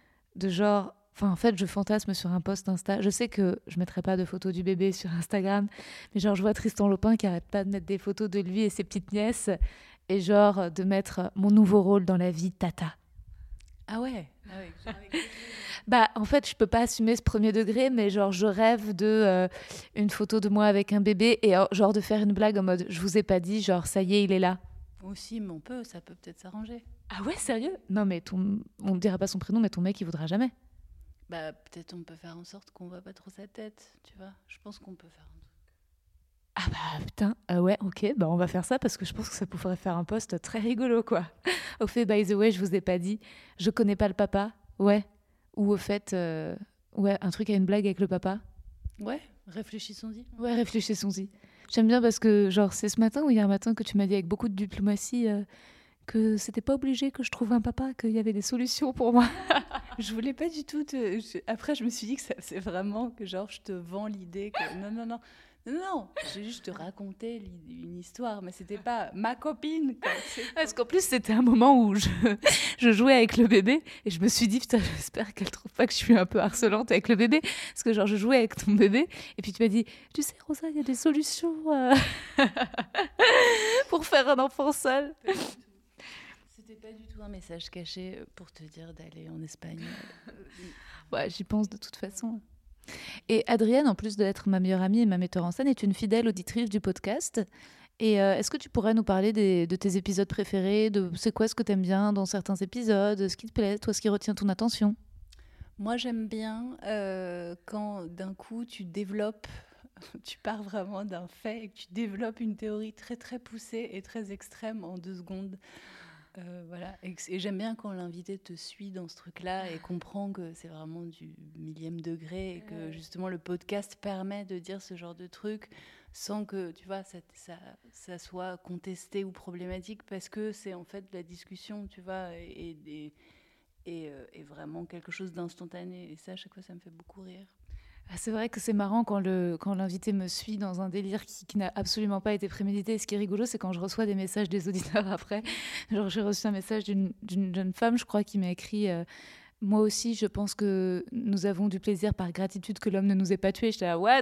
En fait, je fantasme sur un post Insta. Je sais que je mettrai pas de photos du bébé sur Instagram, mais genre, je vois Tristan Lopin qui arrête pas de mettre des photos de lui et ses petites nièces, et genre, de mettre mon nouveau rôle dans la vie, Tata. Ah ouais. Bah, en fait, je peux pas assumer ce premier degré, mais genre, je rêve de une photo de moi avec un bébé et genre de faire une blague en mode, je vous ai pas dit, genre, ça y est, il est là. Aussi, mais ça peut peut-être s'arranger. Ah ouais, sérieux? Non, mais on ne dira pas son prénom, mais ton mec, il voudra jamais. Bah, peut-être on peut faire en sorte qu'on voit pas trop sa tête, tu vois. Je pense qu'on peut faire un truc. Ah bah putain, ouais, ok, bah on va faire ça parce que je pense que ça pourrait faire un post très rigolo, quoi. Au fait, by the way, je vous ai pas dit, je connais pas le papa, ouais. Ou au fait, ouais, un truc à une blague avec le papa. Ouais, réfléchissons-y. Ouais, réfléchissons-y. J'aime bien parce que, genre, c'est ce matin ou hier matin que tu m'as dit avec beaucoup de diplomatie que c'était pas obligé que je trouve un papa, qu'il y avait des solutions pour moi. Je voulais pas du tout Après, je me suis dit que c'est vraiment que, genre, je te vends l'idée que... Non, j'ai juste te raconté une histoire, mais c'était pas ma copine. Parce qu'en plus, c'était un moment où je jouais avec le bébé et je me suis dit, putain, j'espère qu'elle trouve pas que je suis un peu harcelante avec le bébé. Parce que genre, je jouais avec ton bébé et puis tu m'as dit, tu sais, Rosa, il y a des solutions pour faire un enfant seul. C'était pas du tout un message caché pour te dire d'aller en Espagne. Ouais, j'y pense de toute façon. Et Adrienne, en plus d'être ma meilleure amie et ma metteur en scène, est une fidèle auditrice du podcast. Et est-ce que tu pourrais nous parler de tes épisodes préférés, de c'est quoi ce que tu aimes bien dans certains épisodes, ce qui te plaît, toi, ce qui retient ton attention? Moi, j'aime bien quand d'un coup tu développes, tu pars vraiment d'un fait et que tu développes une théorie très très poussée et très extrême en 2 secondes. Voilà. Et j'aime bien quand l'invité te suit dans ce truc-là et comprend que c'est vraiment du millième degré et que justement le podcast permet de dire ce genre de truc sans que, tu vois, ça soit contesté ou problématique parce que c'est en fait de la discussion, tu vois, et vraiment quelque chose d'instantané. Et ça, à chaque fois, ça me fait beaucoup rire. Ah, c'est vrai que c'est marrant quand l'invité me suit dans un délire qui n'a absolument pas été prémédité. Et ce qui est rigolo, c'est quand je reçois des messages des auditeurs après. Genre, j'ai reçu un message d'une jeune femme, je crois, qui m'a écrit moi aussi, je pense que nous avons du plaisir par gratitude que l'homme ne nous ait pas tués. J'étais là, what?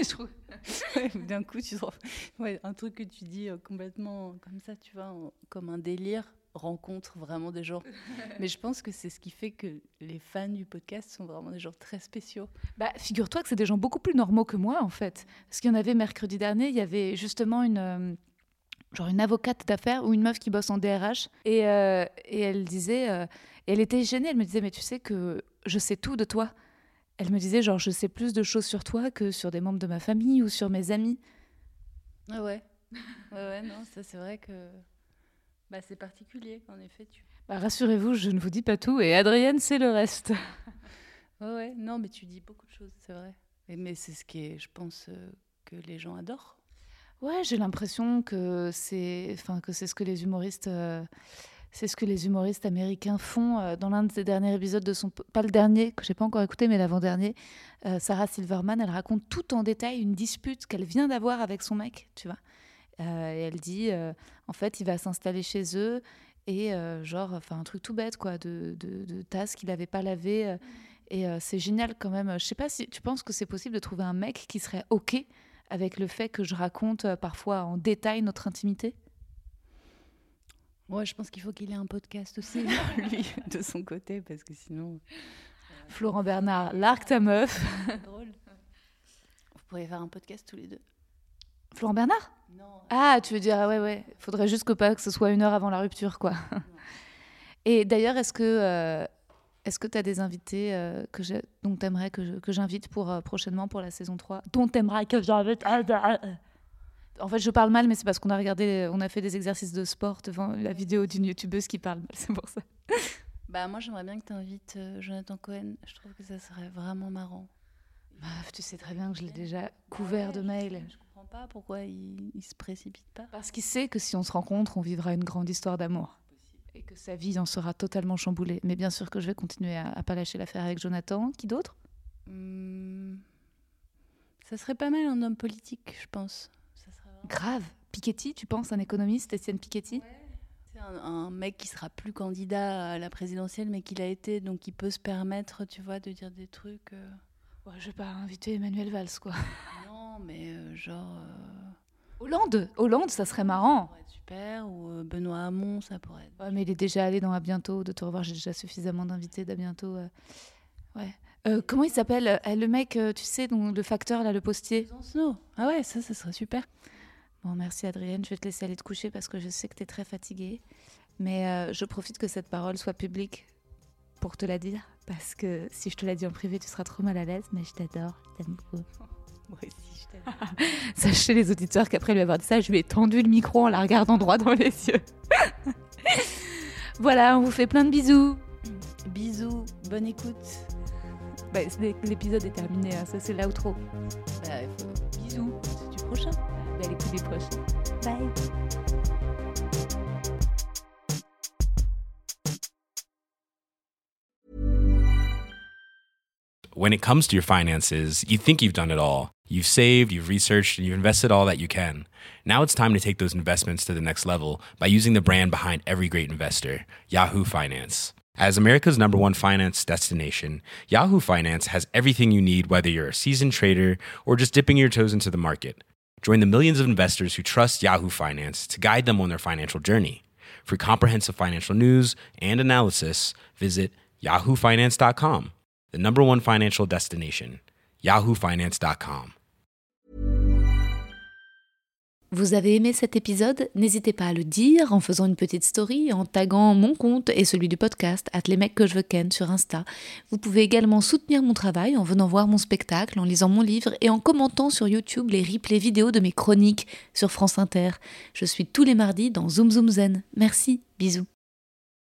D'un coup, tu trouves un truc que tu dis complètement comme ça, tu vois, comme un délire, rencontre vraiment des gens. Mais je pense que c'est ce qui fait que les fans du podcast sont vraiment des gens très spéciaux. Bah, figure-toi que c'est des gens beaucoup plus normaux que moi, en fait. Parce qu'il y en avait mercredi dernier, il y avait justement une avocate d'affaires ou une meuf qui bosse en DRH. Et elle disait... et elle était gênée, elle me disait, mais tu sais que je sais tout de toi. Elle me disait, genre, je sais plus de choses sur toi que sur des membres de ma famille ou sur mes amis. Ah ouais. Ouais, non, ça c'est vrai que... Bah, c'est particulier, en effet. Bah, rassurez-vous, je ne vous dis pas tout, et Adrienne, c'est le reste. Ouais, non, mais tu dis beaucoup de choses, c'est vrai. Mais c'est ce qui est, je pense, que les gens adorent. Ouais, j'ai l'impression que c'est ce que les humoristes... c'est ce que les humoristes américains font dans l'un de ses derniers épisodes de son... Pas le dernier, que je n'ai pas encore écouté, mais l'avant-dernier. Sarah Silverman, elle raconte tout en détail une dispute qu'elle vient d'avoir avec son mec, tu vois. Et elle dit, en fait, il va s'installer chez eux et un truc tout bête, quoi, de tasses qu'il n'avait pas lavées. Et c'est génial quand même. Je sais pas si tu penses que c'est possible de trouver un mec qui serait OK avec le fait que je raconte parfois en détail notre intimité. Ouais, je pense qu'il faut qu'il ait un podcast aussi, lui, de son côté, parce que sinon... Florent Bernard, largue ta meuf. Drôle. Vous pourriez faire un podcast tous les deux. Florent Bernard ? Non. Ah, tu veux dire, ouais. Faudrait juste que ce soit 1 heure avant la rupture, quoi. Et d'ailleurs, est-ce que tu as des invités dont t'aimerais que j'invite prochainement pour la saison 3 ? Dont t'aimerais que j'invite... En fait, je parle mal, mais c'est parce qu'on a fait des exercices de sport devant la vidéo d'une youtubeuse qui parle mal, c'est pour ça. Moi, j'aimerais bien que tu invites Jonathan Cohen. Je trouve que ça serait vraiment marrant. Tu sais très bien que je l'ai déjà couvert de mails. Je comprends pas pourquoi il se précipite pas. Parce qu'il sait que si on se rencontre, on vivra une grande histoire d'amour. Et que sa vie en sera totalement chamboulée. Mais bien sûr que je vais continuer à pas lâcher l'affaire avec Jonathan. Qui d'autre ? Ça serait pas mal un homme politique, je pense. Ça serait vraiment... Grave. Piketty, tu penses, un économiste, Étienne Piketty ? Ouais. C'est un mec qui sera plus candidat à la présidentielle, mais qui l'a été, donc il peut se permettre, tu vois, de dire des trucs... Ouais, je vais pas inviter Emmanuel Valls, quoi. Non, mais genre... Hollande, ça serait marrant. Ça pourrait être super, ou Benoît Hamon, ça pourrait être... Ouais, mais il est déjà allé dans À bientôt, de te revoir, j'ai déjà suffisamment d'invités d'À bientôt. Ouais. Comment il s'appelle le mec, tu sais, le facteur, là, le postier. Ah ouais, ça serait super. Bon, merci Adrienne, je vais te laisser aller te coucher parce que je sais que tu es très fatiguée. Mais je profite que cette parole soit publique pour te la dire. Parce que si je te la dis en privé, tu seras trop mal à l'aise. Mais je t'adore, je t'aime beaucoup. Moi aussi, je t'adore. Sachez les auditeurs qu'après lui avoir dit ça, je lui ai tendu le micro en la regardant droit dans les yeux. Voilà, on vous fait plein de bisous. Bisous, bonne écoute. L'épisode est terminé, hein. Ça c'est l'outro. Bisous, c'est du prochain. Belle écoute du prochain. Bye. When it comes to your finances, you think you've done it all. You've saved, you've researched, and you've invested all that you can. Now it's time to take those investments to the next level by using the brand behind every great investor, Yahoo Finance. As America's #1 finance destination, Yahoo Finance has everything you need, whether you're a seasoned trader or just dipping your toes into the market. Join the millions of investors who trust Yahoo Finance to guide them on their financial journey. For comprehensive financial news and analysis, visit yahoofinance.com. The #1 financial destination, yahoofinance.com. Vous avez aimé cet épisode ? N'hésitez pas à le dire en faisant une petite story, en taguant mon compte et celui du podcast @lesmecsquejeveusken sur Insta. Vous pouvez également soutenir mon travail en venant voir mon spectacle, en lisant mon livre et en commentant sur YouTube les replays vidéo de mes chroniques sur France Inter. Je suis tous les mardis dans Zoom Zoom Zen. Merci, bisous.